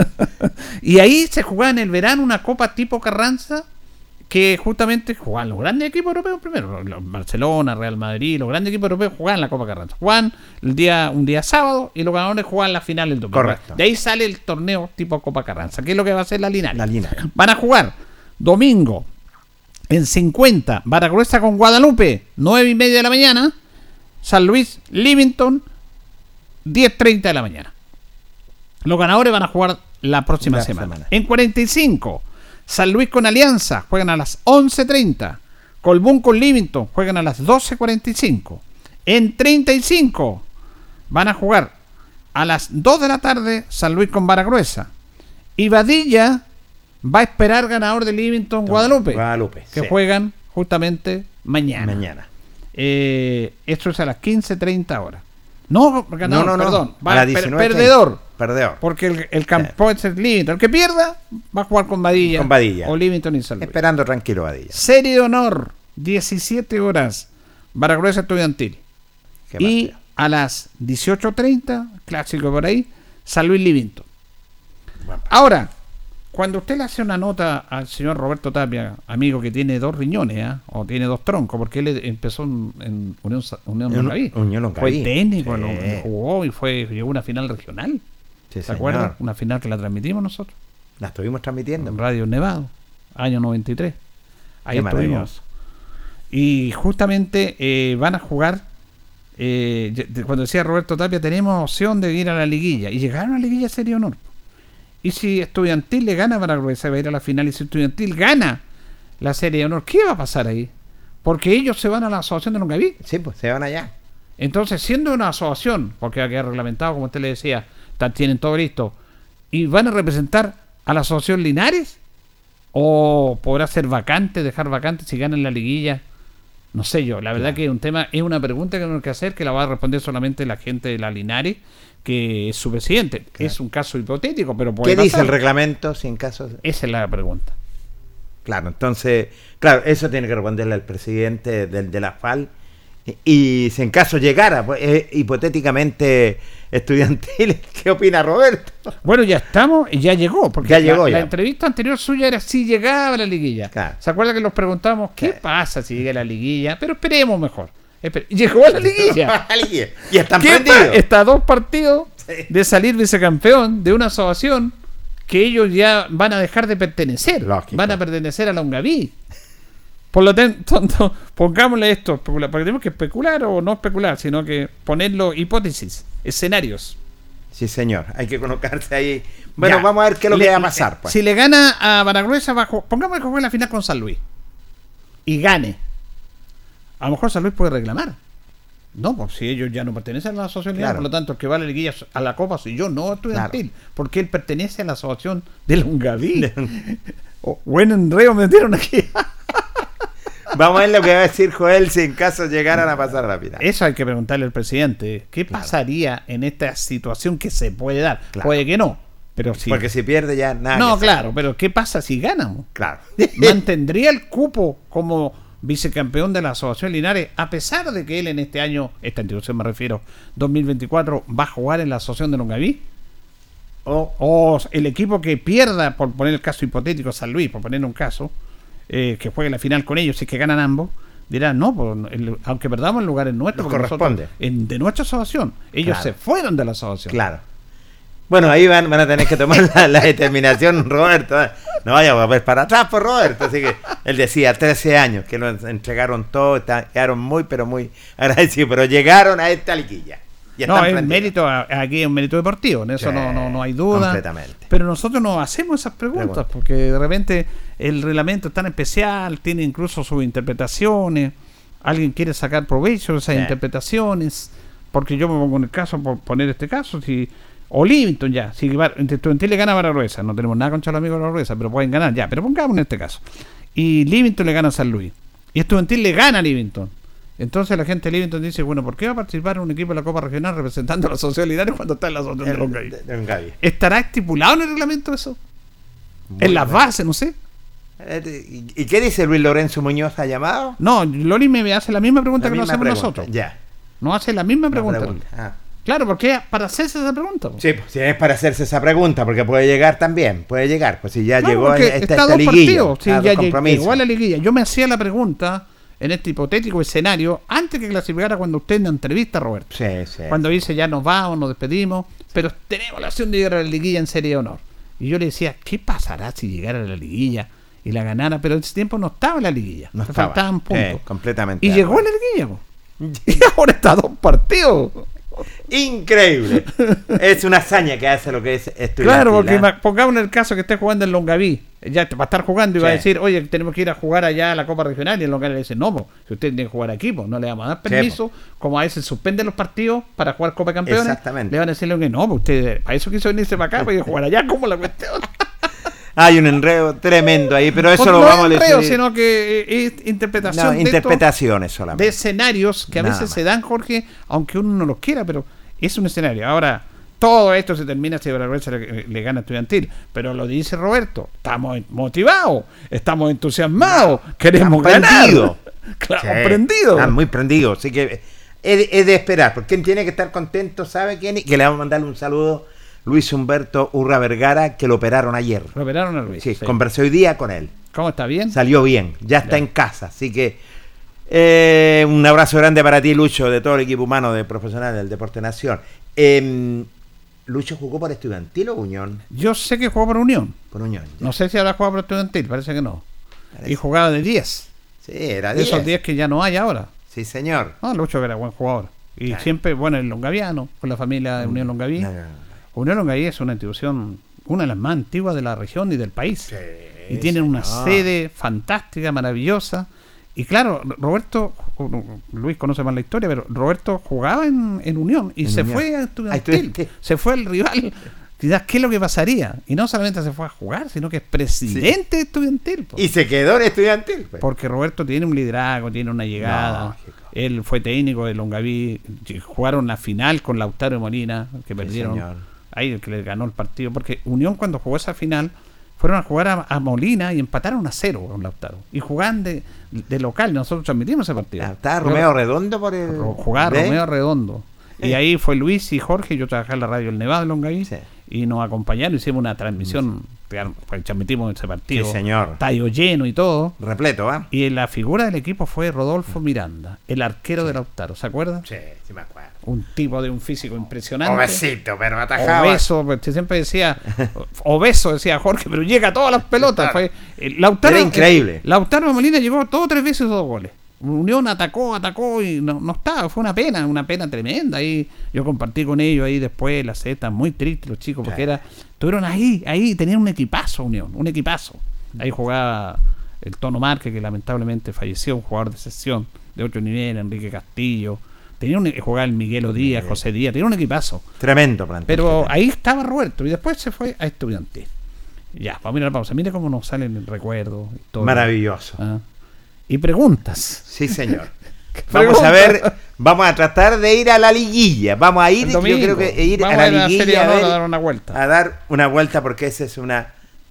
Y ahí se jugaba en el verano una copa tipo Carranza, que justamente jugaban los grandes equipos europeos primero. Barcelona, Real Madrid, los grandes equipos europeos jugaban la Copa Carranza. Jugaban un día sábado y los ganadores jugaban la final el domingo. Correcto. De ahí sale el torneo tipo Copa Carranza. ¿Qué es lo que va a hacer la Linares? Van a jugar domingo en 50, Baragruesa con Guadalupe, 9:30 de la mañana. San Luis, Livington, 10:30 de la mañana. Los ganadores van a jugar la próxima semana. En 45, San Luis con Alianza juegan a las 11:30. Colbún con Livington juegan a las 12:45. En 35 van a jugar a las 2 de la tarde San Luis con Baragruesa. Y Badilla va a esperar ganador de Livington Guadalupe, que juegan justamente mañana. Esto es a las 15:30 horas. No, ganador, perdón. Va a la perdedor. Porque el campo es el Livington. El que pierda va a jugar con Badilla. O Livington y San Luis. Esperando tranquilo Badilla. Serie de honor, 17 horas. Baragruesa Estudiantil. Y a las 18:30, clásico por ahí, San Luis Livingston. Ahora, cuando usted le hace una nota al señor Roberto Tapia, amigo que tiene 2 riñones, o tiene 2 troncos, porque él empezó en Unión Longaví. Fue técnico, sí. Jugó y llegó a una final regional. Sí, ¿Se acuerdan? Una final que la transmitimos nosotros. La estuvimos transmitiendo. En Radio Nevado, año 93. Ahí estuvimos. Y justamente van a jugar. Cuando decía Roberto Tapia, tenemos opción de ir a la liguilla. Y llegaron a la liguilla Serie Honor. Y si Estudiantil le gana para que se va a ir a la final, y si Estudiantil gana la Serie Honor, ¿qué va a pasar ahí? Porque ellos se van a la asociación de Longaví. Sí, pues se van allá. Entonces, siendo una asociación, porque va a quedar reglamentado, como usted le decía, tienen todo listo, y van a representar a la asociación Linares, o podrá ser vacante, dejar vacante si ganan la liguilla. No sé yo, la verdad que es una pregunta que tenemos que hacer, que la va a responder solamente la gente de la Linares, que es su presidente. Es un caso hipotético, pero puede pasar. Dice el reglamento sin caso? Esa es la pregunta. Claro, entonces, eso tiene que responderle al presidente de la FAL. Y si en caso llegara, hipotéticamente, Estudiantil, ¿qué opina Roberto? Bueno, ya llegó, porque la entrevista anterior suya era si llegaba a la liguilla. Claro. ¿Se acuerda que nos preguntamos qué pasa si llega a la liguilla? Pero esperemos mejor. Llegó a la liguilla. Y están prendidos. Está a 2 partidos de salir vicecampeón de una asociación que ellos ya van a dejar de pertenecer. Lógico. Van a pertenecer a Longaví. Por lo tanto, pongámosle esto, porque tenemos que especular o no especular, sino que ponerlo hipótesis, escenarios. Sí, señor, hay que colocarse ahí. Bueno, vamos a ver qué es lo que va a pasar. Pues. Si le gana a Baragruesa, pongamos que juegue la final con San Luis y gane. A lo mejor San Luis puede reclamar. No, pues si ellos ya no pertenecen a la asociación, por lo tanto, el que va a la liguilla a la Copa soy yo, no Estudiantil, porque él pertenece a la asociación de Longaví. Buen enredo me metieron aquí. Vamos a ver lo que va a decir Joel si en caso llegaran a pasar a la final. Eso hay que preguntarle al presidente. ¿Qué pasaría en esta situación que se puede dar? Puede que no, pero sí. Porque si pierde ya nada. No, claro, pero ¿qué pasa si ganamos? Claro. ¿Mantendría el cupo como vicecampeón de la Asociación Linares, a pesar de que él en este año, esta institución me refiero, 2024, va a jugar en la Asociación de Longaví? O el equipo que pierda, por poner el caso hipotético, San Luis, por poner un caso, que juegue la final con ellos, si es que ganan ambos, dirán, no, aunque perdamos, el lugar es nuestro, nos corresponde. De nuestra asociación, ellos se fueron de la asociación. Claro. Bueno, ahí van a tener que tomar la determinación, Roberto. No vayamos a ver para atrás, por Roberto. Así que él decía, 13 años, que nos entregaron todo, quedaron muy, pero muy agradecidos, pero llegaron a esta liguilla. No, es mérito, aquí es un mérito deportivo, en eso no hay duda. Completamente. Pero nosotros nos hacemos esas preguntas, porque de repente el reglamento es tan especial, tiene incluso sus interpretaciones, alguien quiere sacar provecho de esas interpretaciones, porque yo me pongo en el caso, por poner este caso, o Livingston ya, si Estudiantil le gana a Baragruesa, no tenemos nada contra los amigos de Baragruesa, pero pueden ganar ya, pero pongamos en este caso, y Livingston le gana a San Luis, y Estudiantil le gana a Livingston. Entonces la gente de Livingston dice, bueno, ¿por qué va a participar en un equipo de la Copa Regional representando a la Asociación Linares cuando está en la Asociación de Longaví? ¿Estará estipulado en el reglamento eso? En las bases, no sé. ¿Y qué dice Luis Lorenzo Muñoz? ¿Ha llamado? No, Loli me hace la misma pregunta que nos hacemos nosotros. Ya. Nos hace la misma pregunta. Claro, porque es para hacerse esa pregunta. Sí, pues, si es para hacerse esa pregunta, porque puede llegar también, pues si ya llegó a esta liguilla. Si ya llegó a la liguilla. Yo me hacía la pregunta en este hipotético escenario, antes que clasificara cuando usted en la entrevista, Roberto. Sí. Cuando dice ya nos vamos, nos despedimos, pero tenemos la opción de llegar a la liguilla en Serie de Honor. Y yo le decía, ¿qué pasará si llegara a la liguilla y la ganara? Pero en ese tiempo no estaba en la liguilla, no faltaban puntos. Completamente. Y llegó a la liguilla. Y ahora está a 2 partidos. Increíble. Es una hazaña que hace lo que es Estudiantil. Claro, porque pongamos en el caso que esté jugando en Longaví, ya va a estar jugando y va a decir, oye, tenemos que ir a jugar allá a la Copa Regional, y el Longaví le dice, no, si usted tiene que jugar aquí, no le vamos a dar permiso, como a veces suspenden los partidos para jugar Copa de Campeones. Exactamente. Le van a decirle que no, usted para eso quiso venirse para acá, para ir a jugar allá, como la cuestión. Hay un enredo tremendo ahí, pero eso lo vamos a decir. No es sino que es interpretación interpretaciones solamente. De escenarios que a veces se dan, Jorge, aunque uno no los quiera, pero es un escenario. Ahora, todo esto se termina si Baragruesa le gana a Estudiantil, pero lo dice Roberto, estamos motivados, estamos entusiasmados, queremos ganar. Claro, prendidos. Están muy prendidos, así que es de esperar, porque quien tiene que estar contento, ¿sabe quién? Que le vamos a mandarle un saludo, Luis Humberto Urra Vergara, que lo operaron ayer. Lo operaron a Luis. Sí, conversé hoy día con él. ¿Cómo está? ¿Bien? Salió bien, ya está en casa, así que un abrazo grande para ti, Lucho, de todo el equipo humano de profesionales del Deporte Nación. ¿Lucho jugó por Estudiantil o Unión? Yo sé que jugó por Unión. Por Unión. Ya. No sé si habrá jugado por Estudiantil, parece que no. Parece. Y jugaba de 10. Sí, era 10. De esos 10 que ya no hay ahora. Sí, señor. No, Lucho que era buen jugador. Y siempre, bueno, el longaviano, con la familia de Unión Longaví. Unión Longaví es una institución, una de las más antiguas de la región y del país. Sí, y tienen una sede fantástica, maravillosa. Y claro, Roberto, Luis conoce más la historia, pero Roberto jugaba en Unión y se fue a Estudiantil. Se fue al rival. Quizás, ¿qué es lo que pasaría? Y no solamente se fue a jugar, sino que es presidente de Estudiantil. Y se quedó en Estudiantil. Pues. Porque Roberto tiene un liderazgo, tiene una llegada. Él fue técnico de Longaví. Jugaron la final con Lautaro y Molina, que perdieron. Señor. Ahí el que le ganó el partido. Porque Unión, cuando jugó esa final, fueron a jugar a Molina y empataron 1-0 con Lautaro. Y jugaban de local. Nosotros transmitimos ese partido. ¿Estaba Romeo Redondo por el...? Jugaba Romeo Redondo. Y ahí fue Luis y Jorge. Yo trabajé en la radio El Nevado de Longaví. Sí. Y nos acompañaron, hicimos una transmisión, transmitimos ese partido. Sí, señor. Estadio lleno y todo. Repleto, ¿va? Y la figura del equipo fue Rodolfo Miranda, el arquero de Lautaro, ¿se acuerdan? Sí, sí me acuerdo. Un tipo de un físico impresionante. Obesito, pero atajaba. Obeso, siempre decía, obeso, decía Jorge, pero llega a todas las pelotas. Fue, Lautaro, era increíble. Lautaro Molina llegó 3 veces 2 goles. Unión atacó y no estaba, fue una pena tremenda. Ahí yo compartí con ellos ahí después la Z, muy triste los chicos, porque estuvieron ahí, tenían un equipazo Unión, un equipazo. Ahí jugaba el Tono Márquez, que lamentablemente falleció, un jugador de sesión de 8 niveles, Enrique Castillo, jugaba el Miguelo Díaz, José Díaz, tenía un equipazo. Tremendo plantel. Pero ahí estaba Roberto y después se fue a Estudiantil. Ya, vamos a mirar la pausa, mire cómo nos salen el recuerdo. Maravilloso. Y preguntas. Sí, señor. Vamos a ver, vamos a tratar de ir a la liguilla. Vamos a ir, yo creo que ir a la liguilla a dar una vuelta. A dar una vuelta porque esa es una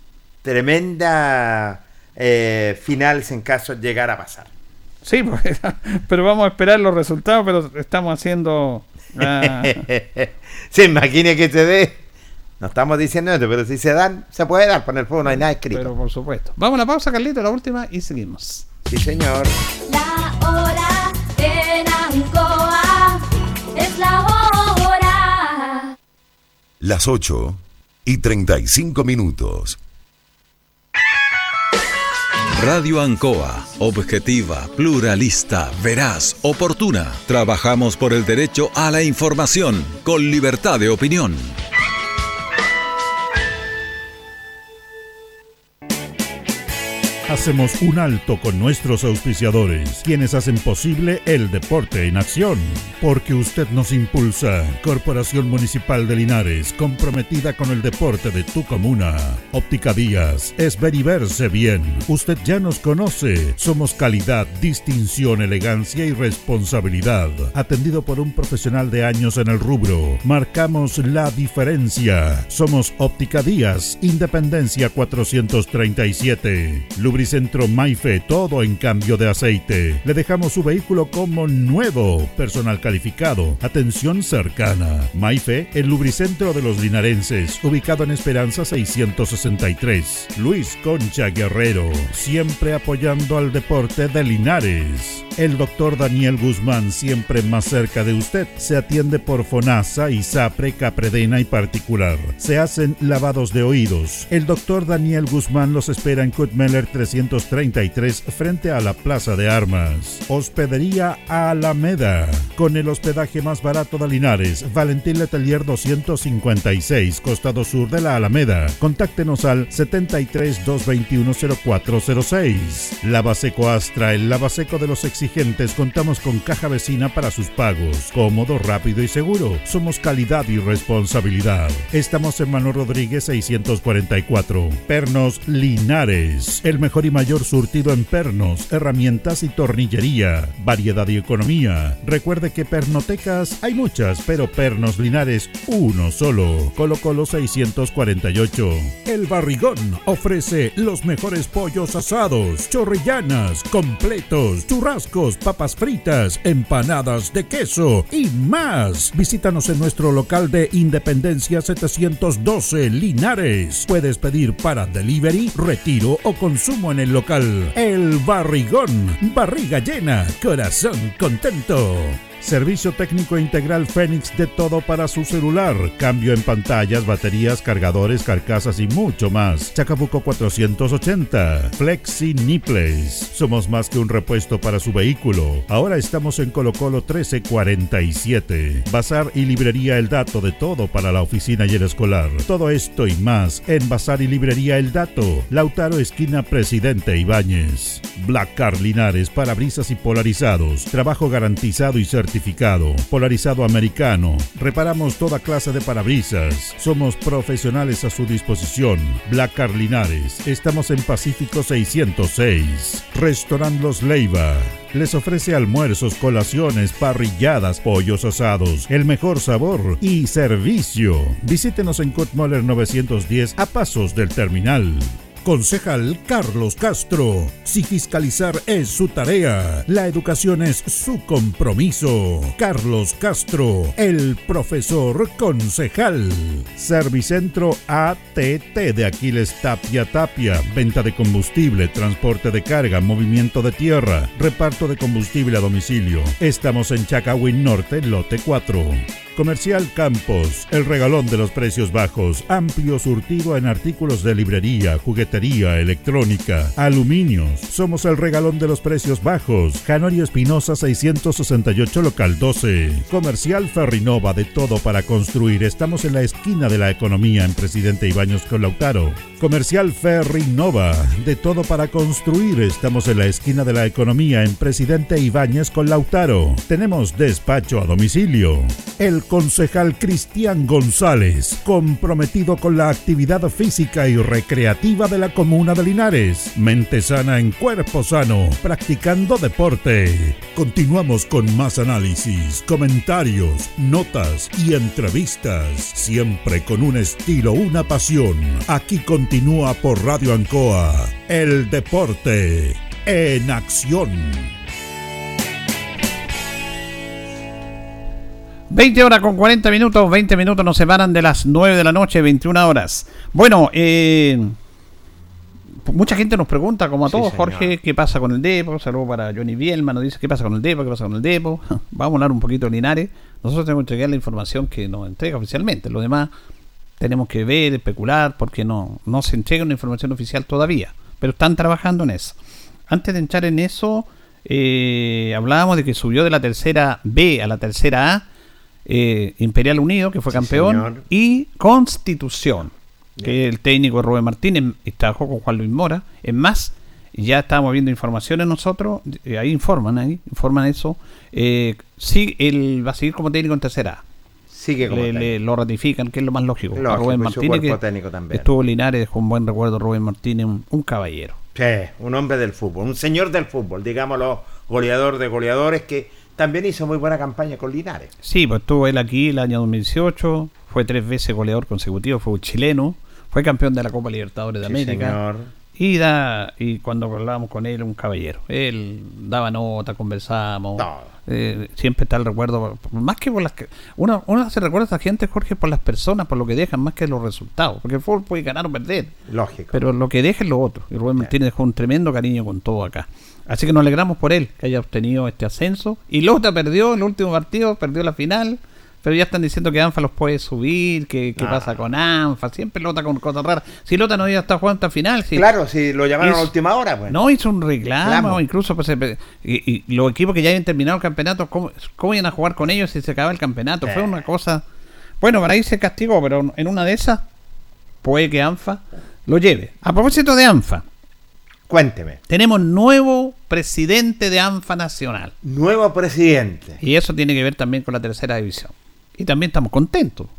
tremenda final en caso de llegar a pasar. Sí, pues, pero vamos a esperar los resultados, pero estamos haciendo... Se imagine que se dé. No estamos diciendo esto, pero si se dan, se puede dar. Por el fuego no hay nada escrito. Pero por supuesto. Vamos a la pausa, Carlito, la última, y seguimos. Sí, señor. La hora en Ancoa es la hora. Las 8:35. Radio Ancoa, objetiva, pluralista, veraz, oportuna. Trabajamos por el derecho a la información, con libertad de opinión. Hacemos un alto con nuestros auspiciadores, quienes hacen posible el deporte en acción. Porque usted nos impulsa. Corporación Municipal de Linares, comprometida con el deporte de tu comuna. Óptica Díaz, es ver y verse bien. Usted ya nos conoce. Somos calidad, distinción, elegancia y responsabilidad. Atendido por un profesional de años en el rubro. Marcamos la diferencia. Somos Óptica Díaz, Independencia 437. Lubricentro Maife, todo en cambio de aceite. Le dejamos su vehículo como nuevo. Personal calificado, atención cercana. Maife, el lubricentro de los linarenses, ubicado en Esperanza 663. Luis Concha Guerrero, siempre apoyando al deporte de Linares. El doctor Daniel Guzmán, siempre más cerca de usted. Se atiende por FONASA, ISAPRE, Capredena y particular. Se hacen lavados de oídos. El doctor Daniel Guzmán los espera en Kutmeller 333 frente a la Plaza de Armas. Hospedería Alameda, con el hospedaje más barato de Linares. Valentín Letelier 256, costado sur de la Alameda. Contáctenos al 73 221 0406. Lavaseco Astra, el lavaseco de los exigentes. Contamos con caja vecina para sus pagos. Cómodo, rápido y seguro. Somos calidad y responsabilidad. Estamos en Manuel Rodríguez 644. Pernos Linares, el mejor mejor y mayor surtido en pernos, herramientas y tornillería. Variedad y economía. Recuerde que pernotecas hay muchas, pero Pernos Linares uno solo. Colo Colo 648. El Barrigón ofrece los mejores pollos asados, chorrillanas, completos, churrascos, papas fritas, empanadas de queso y más. Visítanos en nuestro local de Independencia 712 Linares. Puedes pedir para delivery, retiro o consumo en el local. El Barrigón, barriga llena, corazón contento. Servicio técnico integral Fénix, de todo para su celular. Cambio en pantallas, baterías, cargadores, carcasas y mucho más. Chacabuco 480. Flexi Nipples. Somos más que un repuesto para su vehículo. Ahora estamos en Colo Colo 1347. Bazar y librería El Dato, de todo para la oficina y el escolar. Todo esto y más en Bazar y librería El Dato. Lautaro, esquina Presidente Ibáñez. Black Car Linares, parabrisas y polarizados. Trabajo garantizado y certificado. Polarizado americano. Reparamos toda clase de parabrisas. Somos profesionales a su disposición. Black Car Linares. Estamos en Pacífico 606. Restaurant Los Leiva les ofrece almuerzos, colaciones, parrilladas, pollos asados, el mejor sabor y servicio. Visítenos en Kurt Moller 910 a pasos del terminal. Concejal Carlos Castro. Si fiscalizar es su tarea, la educación es su compromiso. Carlos Castro, el profesor concejal. Servicentro ATT de Aquiles Tapia. Venta de combustible, transporte de carga, movimiento de tierra, reparto de combustible a domicilio. Estamos en Chacawin Norte, lote 4. Comercial Campos, el regalón de los precios bajos, amplio surtido en artículos de librería, juguetería, electrónica, aluminios. Somos el regalón de los precios bajos. Janorio Espinosa 668, local 12. Comercial Ferrinova, de todo para construir. Estamos en la esquina de la economía en Presidente Ibáñez con Lautaro. Comercial Ferrinova, de todo para construir. Estamos en la esquina de la economía en Presidente Ibáñez con Lautaro. Tenemos despacho a domicilio. El concejal Cristian González, comprometido con la actividad física y recreativa de la comuna de Linares. Mente sana en cuerpo sano, practicando deporte. Continuamos con más análisis, comentarios, notas y entrevistas, siempre con un estilo, una pasión. Aquí continúa por Radio Ancoa, el deporte en acción. 20 horas con 40 minutos, 20 minutos nos separan de las 9 de la noche, 21 horas. Bueno, mucha gente nos pregunta, como a todos, Jorge, ¿qué pasa con el Depo? Saludos para Johnny Bielma, nos dice, ¿qué pasa con el Depo? ¿Qué pasa con el Depo? Vamos a hablar un poquito de Linares. Nosotros tenemos que entregar la información que nos entrega oficialmente. Lo demás tenemos que ver, especular, porque no se entrega una información oficial todavía. Pero están trabajando en eso. Antes de entrar en eso, hablábamos de que subió de la tercera B a la tercera A, Imperial Unido, que fue campeón, señor. Y Constitución, que el técnico Rubén Martínez trabajó con Juan Luis Mora. Es más, ya estábamos viendo informaciones nosotros, ahí informan eso. Sí, él va a seguir como técnico en tercera A. Sigue como lo ratifican, que es lo más lógico. Rubén Martínez, que también. Estuvo en Linares, dejó un buen recuerdo. Rubén Martínez, un caballero. Sí, un hombre del fútbol, un señor del fútbol, digámoslo, goleador de goleadores, que también hizo muy buena campaña con Linares. Sí, pues estuvo él aquí el año 2018, fue 3 veces goleador consecutivo, fue un chileno, fue campeón de la Copa Libertadores de América. Señor. Y cuando hablábamos con él, un caballero. Él daba nota, conversábamos. Siempre está el recuerdo, más que por las que uno se recuerda a esta gente, Jorge, por las personas, por lo que dejan, más que los resultados, porque el fútbol puede ganar o perder, lógico, pero lo que deja es lo otro. Y Rubén Martínez dejó un tremendo cariño con todo acá, así que nos alegramos por él, que haya obtenido este ascenso. Y Lota perdió el último partido, perdió la final, pero ya están diciendo que ANFA los puede subir, que pasa con ANFA, siempre Lota con cosas raras. Si Lota no iba a estar jugando hasta final. Claro, si lo llamaron a última hora, pues. No, hizo un reclamo, incluso pues, y los equipos que ya habían terminado el campeonato, ¿cómo iban a jugar con ellos si se acaba el campeonato? Fue una cosa... Bueno, para ahí se castigó, pero en una de esas puede que ANFA lo lleve. A propósito de ANFA, cuénteme. Tenemos nuevo presidente de ANFA Nacional. Nuevo presidente. Y eso tiene que ver también con la tercera división. Y también estamos contentos.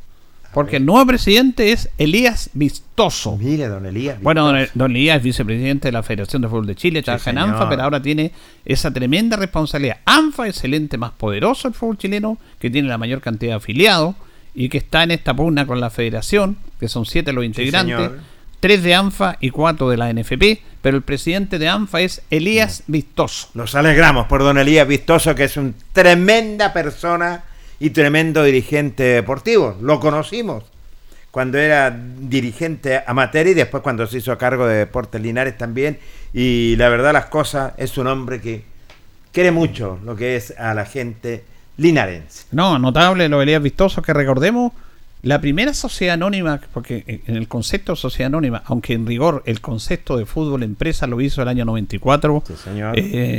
Porque el nuevo presidente es Elías Vistoso. Mire, don Elías Vistoso. Bueno, don Elías es vicepresidente de la Federación de Fútbol de Chile, trabaja en ANFA, pero ahora tiene esa tremenda responsabilidad. ANFA es el ente más poderoso del fútbol chileno, que tiene la mayor cantidad de afiliados y que está en esta pugna con la Federación, que son 7 los integrantes, 3 de ANFA y 4 de la NFP, pero el presidente de ANFA es Elías Vistoso. Nos alegramos por don Elías Vistoso, que es una tremenda persona y tremendo dirigente deportivo. Lo conocimos cuando era dirigente amateur y después cuando se hizo cargo de Deportes Linares también. Y la verdad las cosas, es un hombre que quiere mucho lo que es a la gente linarense. No, notable lo de Elías Vistoso, que recordemos, la primera sociedad anónima, porque en el concepto de sociedad anónima, aunque en rigor el concepto de fútbol empresa lo hizo el año 94, sí, señor.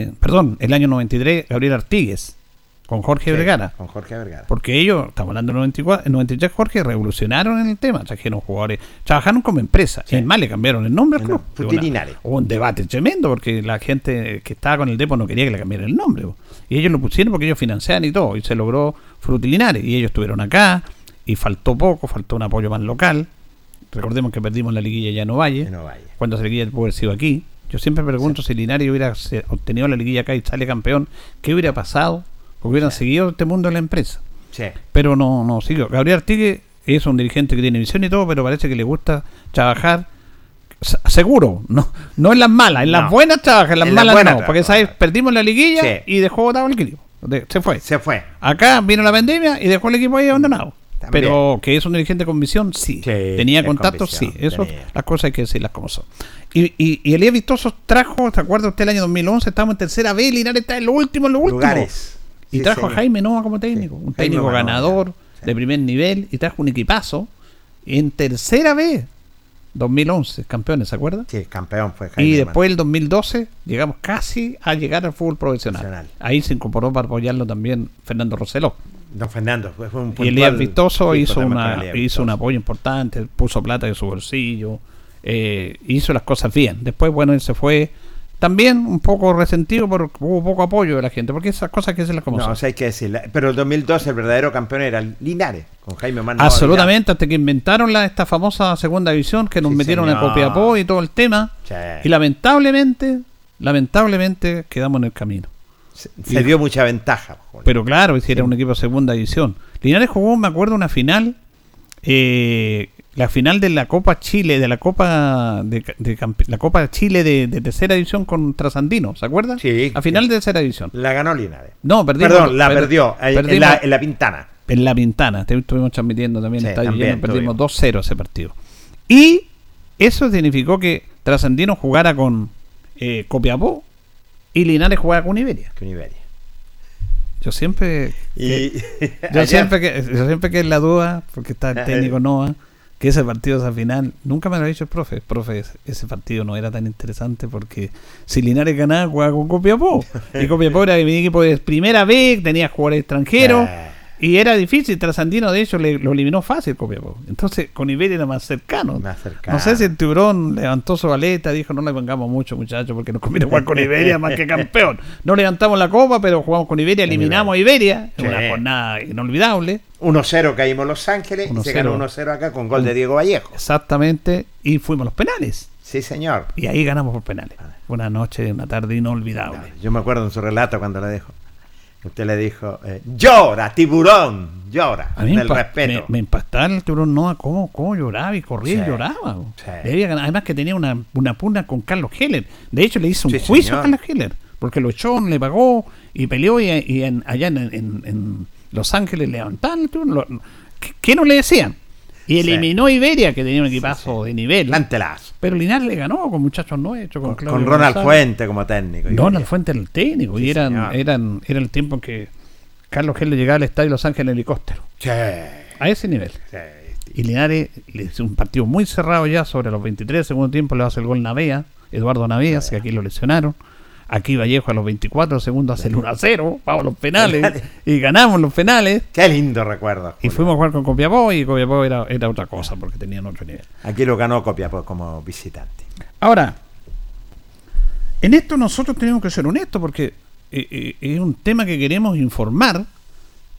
El año 93, Gabriel Artigues, con Jorge Vergara. Con Jorge Vergara. Porque ellos, estamos hablando del 94, en 93 Jorge revolucionaron en el tema, trajeron jugadores, trabajaron como empresa, y además le cambiaron el nombre al club. Hubo un debate tremendo porque la gente que estaba con el Depo no quería que le cambiaran el nombre, y ellos lo pusieron porque ellos financiaban y todo, y se logró Frutilinares, y ellos estuvieron acá, y faltó un apoyo más local. Recordemos que perdimos la liguilla Llano Valle, cuando esa liguilla pudo haber sido aquí. Yo siempre pregunto si Linares hubiera obtenido la liguilla acá y sale campeón, ¿qué hubiera pasado? Porque hubieran seguido este mundo de la empresa. Sí. Pero no siguió. Gabriel Artigue es un dirigente que tiene visión y todo, pero parece que le gusta trabajar seguro, no en las malas, en las buenas trabaja, en las malas no, porque sabes, perdimos la liguilla y dejó botado el equipo. Se fue. Acá vino la pandemia y dejó el equipo ahí abandonado. También. Pero que es un dirigente con visión, sí. Tenía contactos, sí. Eso, las cosas hay que decirlas como son. Y Elías Vistoso trajo, ¿se acuerda usted el año 2011? Estábamos en tercera B, Linares está en los últimos lugares. Y trajo a Jaime Nova como técnico, un técnico ganador de primer nivel, y trajo un equipazo en tercera B, 2011, campeones, ¿se acuerda? Sí, campeón fue Jaime. Y después el 2012 llegamos casi a llegar al fútbol profesional. Ahí se incorporó para apoyarlo también Fernando Roseló. Don Fernando fue un y Elías Vistoso hizo un apoyo importante, puso plata de su bolsillo, hizo las cosas bien. Después, bueno, él se fue también un poco resentido porque hubo poco apoyo de la gente, porque esas cosas hay que decirlas como son. No, o sea, hay que decirlas. Pero el 2012 el verdadero campeón era Linares, con Jaime Omar. Absolutamente, hasta que inventaron esta famosa segunda división, que nos metieron a Copiapó y todo el tema. Sí. Y lamentablemente quedamos en el camino. Se dio mucha ventaja. Pero claro, si era un equipo de segunda división. Linares jugó, me acuerdo, una final, la final de la Copa Chile, de la Copa la Copa Chile de tercera división con Trasandino, ¿se acuerda? Sí. La final de tercera división. La ganó Linares. No, perdimos. Perdón, perdió en la Pintana. En la Pintana, estuvimos transmitiendo también, perdimos 2-0 ese partido. Y eso significó que Trasandino jugara con Copiapó y Linares jugara con Iberia. Yo siempre que es la duda, porque está el técnico Noa, que ese partido, esa final, nunca me lo ha dicho el profe. Profe, ese partido no era tan interesante porque si Linares ganaba, jugaba con Copiapó. Y Copiapó era mi equipo de primera vez, tenía jugadores extranjeros. Y era difícil, Trasandino de hecho lo eliminó fácil Copiapó. Entonces con Iberia era más cercano. No sé si el Tiburón levantó su baleta, dijo no le pongamos mucho muchachos porque nos conviene jugar con Iberia más que campeón. No levantamos la copa, pero jugamos con Iberia, eliminamos a Iberia, en una jornada inolvidable. 1-0 caímos Los Ángeles y se ganó 1-0 acá con gol de Diego Vallejo. Exactamente, y fuimos a los penales. Sí, señor. Y ahí ganamos por penales. Fue una noche, una tarde inolvidable. Yo me acuerdo en su relato cuando le dijo. Usted le dijo, llora, tiburón, llora. A mí me impactaba el Tiburón Noa, cómo lloraba y corría y lloraba. Además que tenía una pugna con Carlos Heller. De hecho, le hizo un juicio a Carlos Heller, porque lo echó, le pagó y peleó y allá en Los Ángeles levantaban el Tiburón. ¿Qué no le decían? Y eliminó Iberia, que tenía un equipazo de nivel. Lántelazo. Pero Linares le ganó con muchachos nuestros, con Ronald Fuente como técnico. Ronald Fuente era el técnico. Sí, y era el tiempo en que Carlos Heller llegaba al estadio Los Ángeles en helicóptero. Sí. A ese nivel. Sí. Y Linares le hizo un partido muy cerrado ya, sobre los 23 segundo tiempo le hace el gol Navea, Eduardo Naveas, que aquí lo lesionaron. Aquí Vallejo a los 24 segundos hace el 1-0, vamos a los penales y ganamos los penales. Qué lindo recuerdo. Y fuimos a jugar con Copiapó y Copiapó era otra cosa porque tenían otro nivel. Aquí lo ganó Copiapó como visitante. Ahora, en esto nosotros tenemos que ser honestos porque es un tema que queremos informar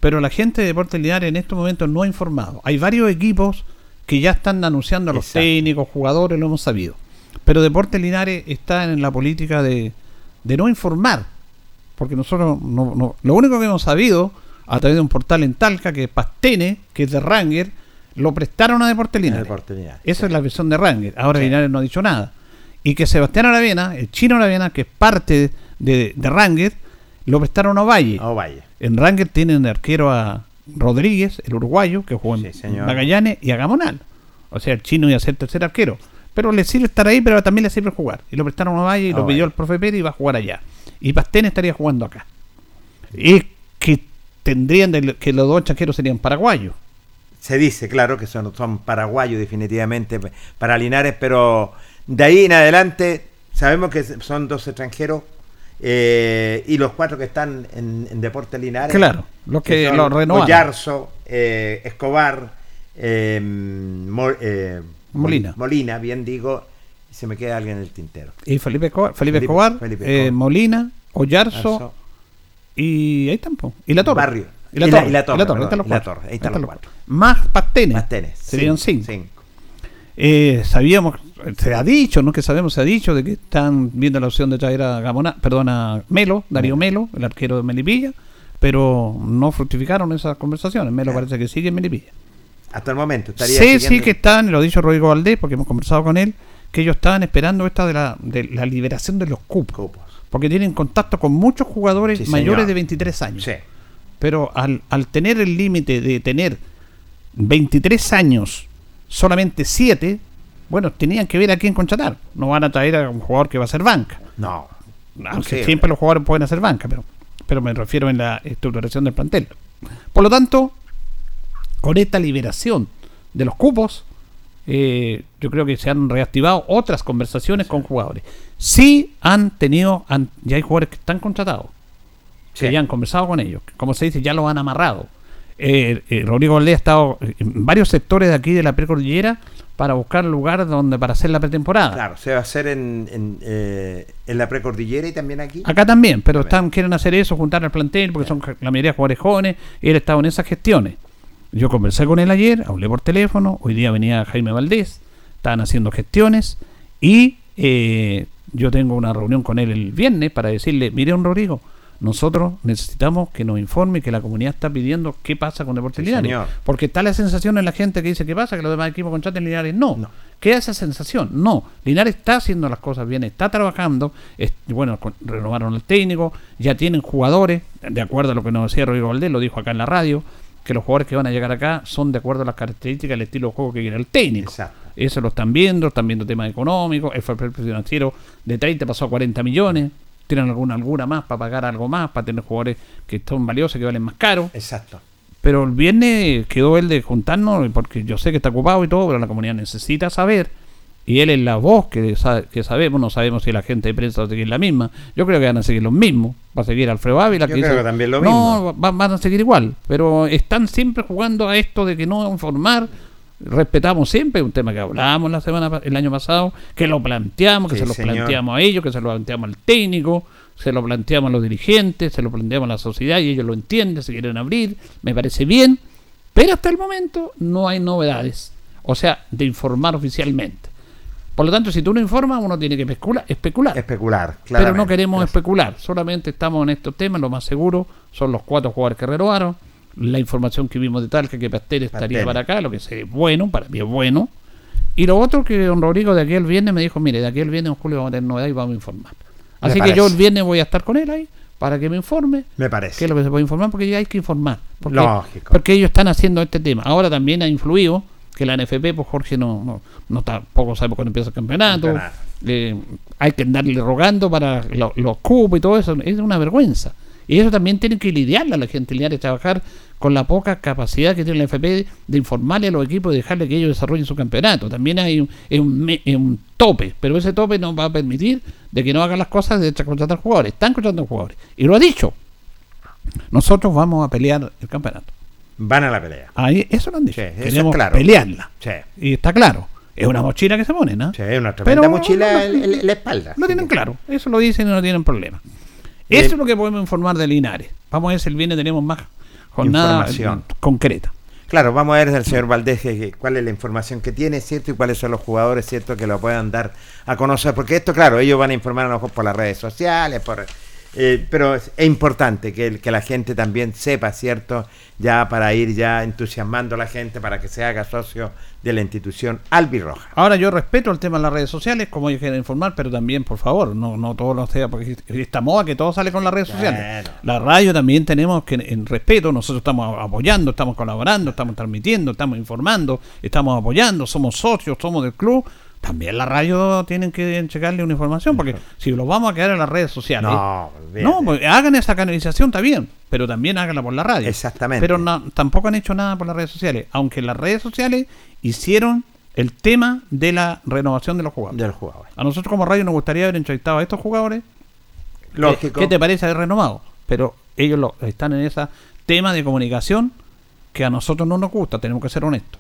pero la gente de Deportes Linares en estos momentos no ha informado. Hay varios equipos que ya están anunciando a los técnicos, jugadores, lo hemos sabido. Pero Deportes Linares está en la política de no informar, porque nosotros lo único que hemos sabido a través de un portal en Talca, que es Pastene, que es de Ranger, lo prestaron a Deportes Linares. Esa es la versión de Ranger. Ahora Linares no ha dicho nada. Y que Sebastián Aravena, el chino Aravena, que es parte de Ranger, lo prestaron a Ovalle. En Ranger tienen de arquero a Rodríguez, el uruguayo, que jugó en Magallanes, y a Gamonal. O sea, el chino iba a ser tercer arquero. Pero le sirve estar ahí, pero también le sirve jugar. Y lo prestaron a Valle y lo pidió el profe Pérez y va a jugar allá. Y Pastene estaría jugando acá. Y que tendrían que los dos arqueros serían paraguayos. Se dice, claro, que son paraguayos definitivamente para Linares, pero de ahí en adelante sabemos que son dos extranjeros y los 4 que están en Deportes Linares. Claro, los que lo renovaron. Oyarzo, Escobar, Molina, bien digo, se me queda alguien en el tintero. Y Felipe Escobar, Molina, Oyarzo y ahí tampoco. Y La Torre. Barrio. Y La Torre. Ahí están los 4. Más Pastene. Serían 5. Sabíamos, se ha dicho, no que sabemos, se ha dicho de que están viendo la opción de traer a Melo, Darío Melo, el arquero de Melipilla, pero no fructificaron esas conversaciones. Melo parece que sigue en Melipilla. Hasta el momento estaría sí que están, lo ha dicho Rodrigo Valdés, porque hemos conversado con él, que ellos estaban esperando esta de la liberación de los cupos, porque tienen contacto con muchos jugadores mayores de 23 años. Pero al tener el límite de tener 23 años, solamente 7, bueno, tenían que ver a quién contratar. No van a traer a un jugador que va a ser banca. No. Aunque siempre los jugadores pueden hacer banca, pero me refiero en la estructuración del plantel. Por lo tanto, con esta liberación de los cupos, yo creo que se han reactivado otras conversaciones con jugadores. Sí ya hay jugadores que están contratados, que ya han conversado con ellos, como se dice, ya lo han amarrado. Rodrigo Valdés ha estado en varios sectores de aquí de la precordillera para buscar lugar para hacer la pretemporada. Claro, se va a hacer en la precordillera y también aquí. Acá también, pero quieren hacer eso, juntar al plantel, porque son la mayoría de jugadores jóvenes, y él ha estado en esas gestiones. Yo conversé con él ayer, hablé por teléfono, hoy día venía Jaime Valdés, estaban haciendo gestiones, y yo tengo una reunión con él el viernes para decirle, mire, don Rodrigo, nosotros necesitamos que nos informe, que la comunidad está pidiendo qué pasa con Deportes Linares. Porque está la sensación en la gente que dice qué pasa, que los demás equipos contraten Linares. No. Queda esa sensación. No. Linares está haciendo las cosas bien, está trabajando. Renovaron al técnico, ya tienen jugadores, de acuerdo a lo que nos decía Rodrigo Valdés, lo dijo acá en la radio, que los jugadores que van a llegar acá son de acuerdo a las características, el estilo de juego que quiere el técnico. Exacto. Eso lo están viendo temas económicos, el fair play financiero de 30 pasó a 40 millones. Tienen alguna más para pagar algo más, para tener jugadores que son valiosos, que valen más caro. Exacto. Pero el viernes quedó él de juntarnos, porque yo sé que está ocupado y todo, pero la comunidad necesita saber, y él es la voz que sabemos, no sabemos si la gente de prensa va a seguir la misma. Yo creo que van a seguir los mismos, va a seguir Alfredo Ávila. Yo creo que también lo mismo. No, van a seguir igual, pero están siempre jugando a esto de que no informar. Respetamos siempre, un tema que hablábamos el año pasado, que lo planteamos, que se lo planteamos a ellos, que se lo planteamos al técnico, se lo planteamos a los dirigentes, se lo planteamos a la sociedad y ellos lo entienden, se quieren abrir, me parece bien, pero hasta el momento no hay novedades, o sea, de informar oficialmente. Por lo tanto, si tú no informas, uno tiene que especular. Pero no queremos especular, solamente estamos en estos temas, lo más seguro son los 4 jugadores que renovaron. La información que vimos de Talca, que Pastene estaría para acá, lo que sería bueno, para mí es bueno. Y lo otro que don Rodrigo de aquí el viernes me dijo, mire, de aquí el viernes, Julio, vamos a tener novedad y vamos a informar. Así que yo el viernes voy a estar con él ahí, para que me informe. Me parece. Que es lo que se puede informar, porque ya hay que informar. Lógico. Porque ellos están haciendo este tema. Ahora también ha influido que la NFP, pues Jorge no tampoco sabemos cuándo empieza el campeonato. Hay que andarle rogando para los cupos y todo eso. Es una vergüenza. Y eso también tienen que lidiarle a la gente, trabajar con la poca capacidad que tiene la FP de informarle a los equipos y dejarle que ellos desarrollen su campeonato. También hay un tope, pero ese tope no va a permitir de que no hagan las cosas de contratar jugadores. Están contratando jugadores. Y lo ha dicho. Nosotros vamos a pelear el campeonato. Van a la pelea. Ahí, eso lo han dicho. Sí, queremos claro. Pelearla. Sí. Y está claro. Es una mochila que se pone, ¿no? Sí, una tremenda mochila en la espalda. Lo tienen claro. Eso lo dicen y no tienen problema. Eso es lo que podemos informar de Linares. Vamos a ver si el viernes tenemos más nada concreta. Claro, vamos a ver del señor Valdés cuál es la información que tiene, ¿cierto? Y cuáles son los jugadores, ¿cierto? Que lo puedan dar a conocer. Porque esto, claro, ellos van a informar a lo mejor por las redes sociales, pero es importante que la gente también sepa, ¿cierto? Ya para ir ya entusiasmando a la gente para que se haga socio de la institución albirroja. Ahora, yo respeto el tema de las redes sociales, como ellos quieren informar, pero también, por favor, no todos los días, porque esta moda que todo sale con las redes sociales. La radio también tenemos que, en respeto, nosotros estamos apoyando, estamos colaborando, estamos transmitiendo, estamos informando, estamos apoyando, somos socios, somos del club. También la radio tienen que checarle una información, porque si los vamos a quedar en las redes sociales, pues hagan esa canalización, está bien, pero también háganla por la radio. Exactamente. Pero tampoco han hecho nada por las redes sociales, aunque las redes sociales hicieron el tema de la renovación de los jugadores. A nosotros como radio nos gustaría haber entrevistado a estos jugadores. Lógico. ¿Qué te parece haber renovado? Pero ellos están en ese tema de comunicación que a nosotros no nos gusta, tenemos que ser honestos.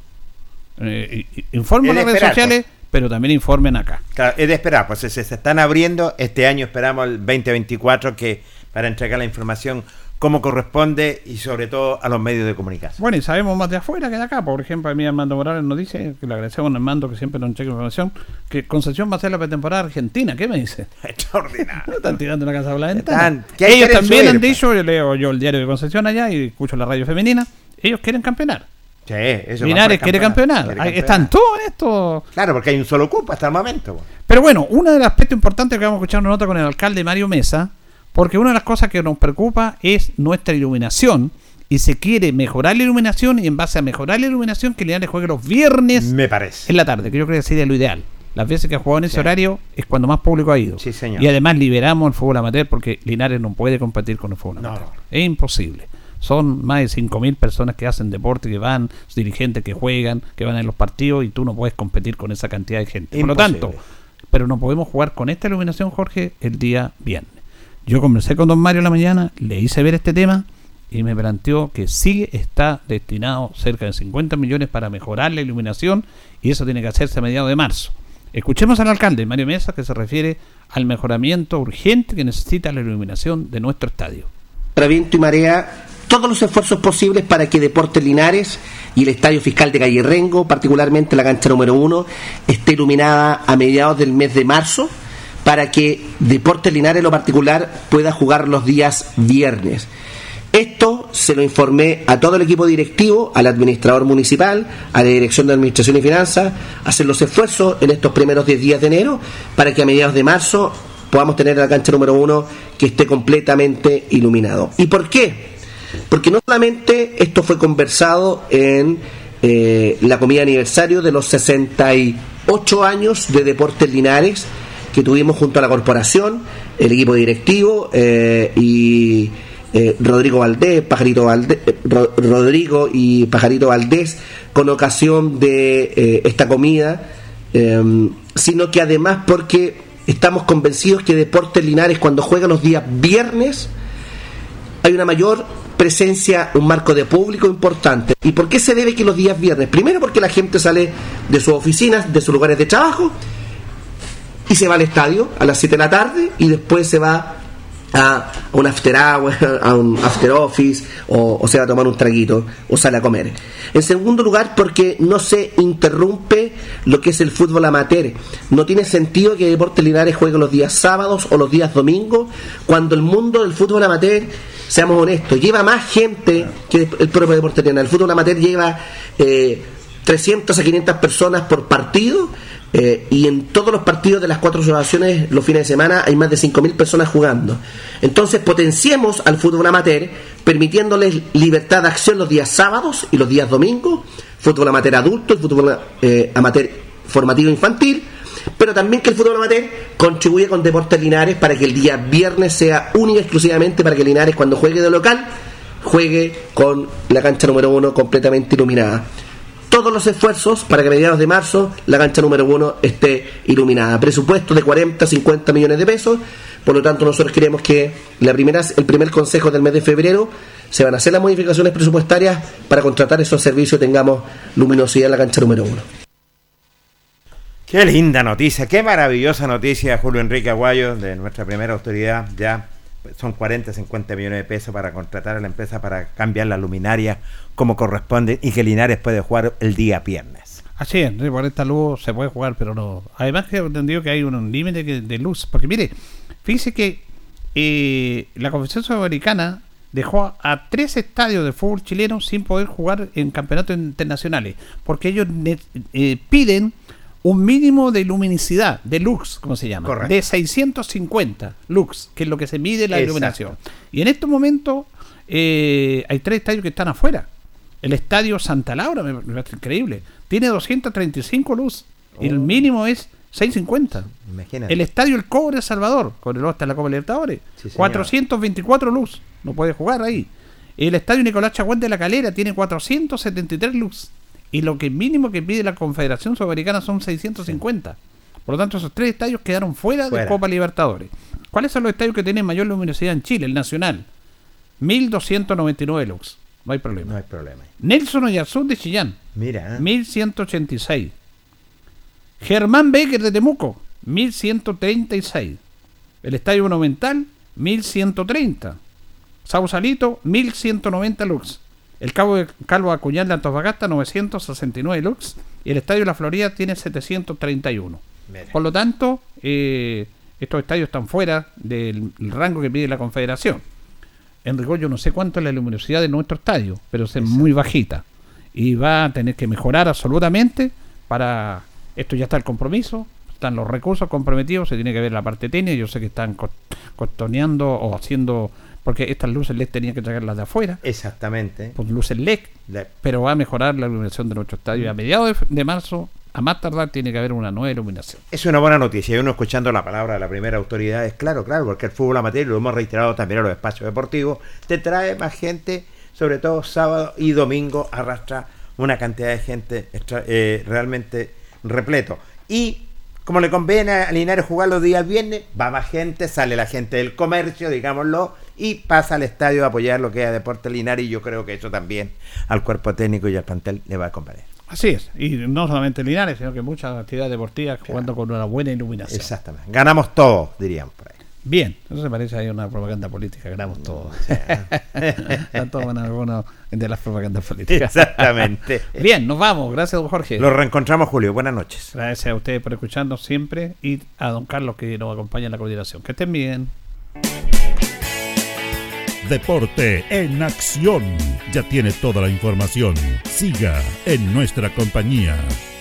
Informen en las redes sociales, pero también informen acá. Claro, es de esperar, pues se están abriendo. Este año esperamos el 2024 para entregar la información como corresponde y sobre todo a los medios de comunicación. Bueno, y sabemos más de afuera que de acá. Por ejemplo, a mí Armando Morales nos dice, que le agradecemos a Armando que siempre nos entrega información, que Concepción va a ser la pretemporada argentina. ¿Qué me dice? Extraordinario. Están tirando la casa por la ventana. Ellos también han dicho, yo leo el diario de Concepción allá y escucho la radio femenina, ellos quieren campeonar. Sí, eso Linares quiere campeonar. Están todos en esto. Claro, porque hay un solo cupo hasta el momento. Pero bueno, uno de los aspectos importantes que vamos a escuchar una nota con el alcalde Mario Mesa, porque una de las cosas que nos preocupa es nuestra iluminación, y se quiere mejorar la iluminación, y en base a mejorar la iluminación que Linares juegue los viernes, me parece, en la tarde, que yo creo que sería lo ideal. Las veces que ha jugado en ese horario es cuando más público ha ido. Sí, señor. Y además liberamos el fútbol amateur, porque Linares no puede competir con el fútbol amateur. Es imposible. Son más de 5.000 personas que hacen deporte, que van, dirigentes que juegan, que van en los partidos, y tú no puedes competir con esa cantidad de gente. Por lo tanto, pero no podemos jugar con esta iluminación, Jorge, el día viernes. Yo conversé con don Mario en la mañana, le hice ver este tema y me planteó que sí está destinado cerca de 50 millones para mejorar la iluminación, y eso tiene que hacerse a mediados de marzo. Escuchemos al alcalde Mario Mesa, que se refiere al mejoramiento urgente que necesita la iluminación de nuestro estadio. Para viento y marea, todos los esfuerzos posibles para que Deportes Linares y el Estadio Fiscal de Calle Rengo, particularmente la cancha número 1, esté iluminada a mediados del mes de marzo, para que Deportes Linares en lo particular pueda jugar los días viernes. Esto se lo informé a todo el equipo directivo, al administrador municipal, a la Dirección de Administración y Finanzas, hacer los esfuerzos en estos primeros 10 días de enero para que a mediados de marzo podamos tener la cancha número 1 que esté completamente iluminado. ¿Y por qué? Porque no solamente esto fue conversado en la comida de aniversario de los 68 años de Deportes Linares que tuvimos junto a la corporación, el equipo directivo y Rodrigo y Pajarito Valdés, con ocasión de esta comida, sino que además porque estamos convencidos que Deportes Linares, cuando juega los días viernes, hay una mayor presencia, un marco de público importante. ¿Y por qué se debe que los días viernes? Primero, porque la gente sale de sus oficinas, de sus lugares de trabajo, y se va al estadio a las 7 de la tarde, y después se va a un after hour, a un after office, o se va a tomar un traguito, o sale a comer. En segundo lugar, porque no se interrumpe lo que es el fútbol amateur. No tiene sentido que Deportes Linares juegue los días sábados o los días domingos, cuando el mundo del fútbol amateur, seamos honestos, lleva más gente que el propio Deportes Linares. El fútbol amateur lleva 300 a 500 personas por partido, y en todos los partidos de las 4 asociaciones los fines de semana hay más de 5.000 personas jugando. Entonces potenciemos al fútbol amateur, permitiéndoles libertad de acción los días sábados y los días domingos, fútbol amateur adulto y fútbol amateur formativo infantil, pero también que el fútbol amateur contribuya con Deportes Linares para que el día viernes sea único y exclusivamente para que Linares, cuando juegue de local, juegue con la cancha número 1 completamente iluminada. Todos los esfuerzos para que a mediados de marzo la cancha número 1 esté iluminada. Presupuesto de 40-50 millones de pesos. Por lo tanto, nosotros queremos que el primer consejo del mes de febrero se van a hacer las modificaciones presupuestarias para contratar esos servicios y tengamos luminosidad en la cancha número 1. Qué linda noticia, qué maravillosa noticia, Julio Enrique Aguayo, de nuestra primera autoridad ya son 40, 50 millones de pesos para contratar a la empresa para cambiar las luminarias como corresponde y que Linares puede jugar el día viernes. Así es, por esta luz se puede jugar, pero no. Además que he entendido que hay un límite de luz, porque mire, fíjese que la Confederación Sudamericana dejó a 3 estadios de fútbol chileno sin poder jugar en campeonatos internacionales, porque ellos piden un mínimo de luminosidad, de lux, como se llama, correcto, de 650 lux, que es lo que se mide la iluminación. Y en estos momentos hay 3 estadios que están afuera. El estadio Santa Laura, me parece increíble, tiene 235 luz, y el mínimo es 650. Imagínate. El estadio El Cobre de Salvador, con el hasta la Copa Libertadores, 424 luz, no puede jugar ahí. El estadio Nicolás Chagüén de la Calera tiene 473 luz. Y lo que mínimo que pide la Confederación Sudamericana son 650. Por lo tanto, esos 3 estadios quedaron fuera de Copa Libertadores. ¿Cuáles son los estadios que tienen mayor luminosidad en Chile? El Nacional, 1299 lux. No hay problema. No hay problema. Nelson Oyarzún de Chillán, mira, 1186. Germán Becker de Temuco, 1136. El Estadio Monumental, 1130. Sausalito, 1190 lux. El Calvo Acuñal de Antofagasta, 969 lux. Y el Estadio La Florida tiene 731. Mira. Por lo tanto, estos estadios están fuera del rango que pide la Confederación. En rigor, yo no sé cuánto es la luminosidad de nuestro estadio, pero es muy bajita. Y va a tener que mejorar absolutamente para... Esto ya está el compromiso, están los recursos comprometidos, se tiene que ver la parte técnica. Yo sé que están costoneando o haciendo... Porque estas luces LED tenían que traerlas de afuera. Exactamente. Pues luces LED. Pero va a mejorar la iluminación de nuestro estadio. A mediados de marzo, a más tardar, tiene que haber una nueva iluminación. Es una buena noticia. Y uno escuchando la palabra de la primera autoridad es claro, porque el fútbol amateur, lo hemos reiterado también en los espacios deportivos, te trae más gente, sobre todo sábado y domingo, arrastra una cantidad de gente realmente repleto. Y como le conviene a Linares jugar los días viernes, va más gente, sale la gente del comercio, digámoslo, y pasa al estadio a apoyar lo que es Deportes Linares, y yo creo que eso también al cuerpo técnico y al plantel le va a convenir. Así es, y no solamente Linares, sino que muchas actividades deportivas jugando con una buena iluminación. Exactamente, ganamos todos, diríamos por ahí. Bien, eso se parece a una propaganda política, ganamos todos. Están todos en alguna de las propagandas políticas. Exactamente. Bien, nos vamos, gracias don Jorge. Lo reencontramos, Julio, buenas noches. Gracias a ustedes por escucharnos siempre y a don Carlos que nos acompaña en la coordinación. Que estén bien. Deporte en acción. Ya tiene toda la información. Siga en nuestra compañía.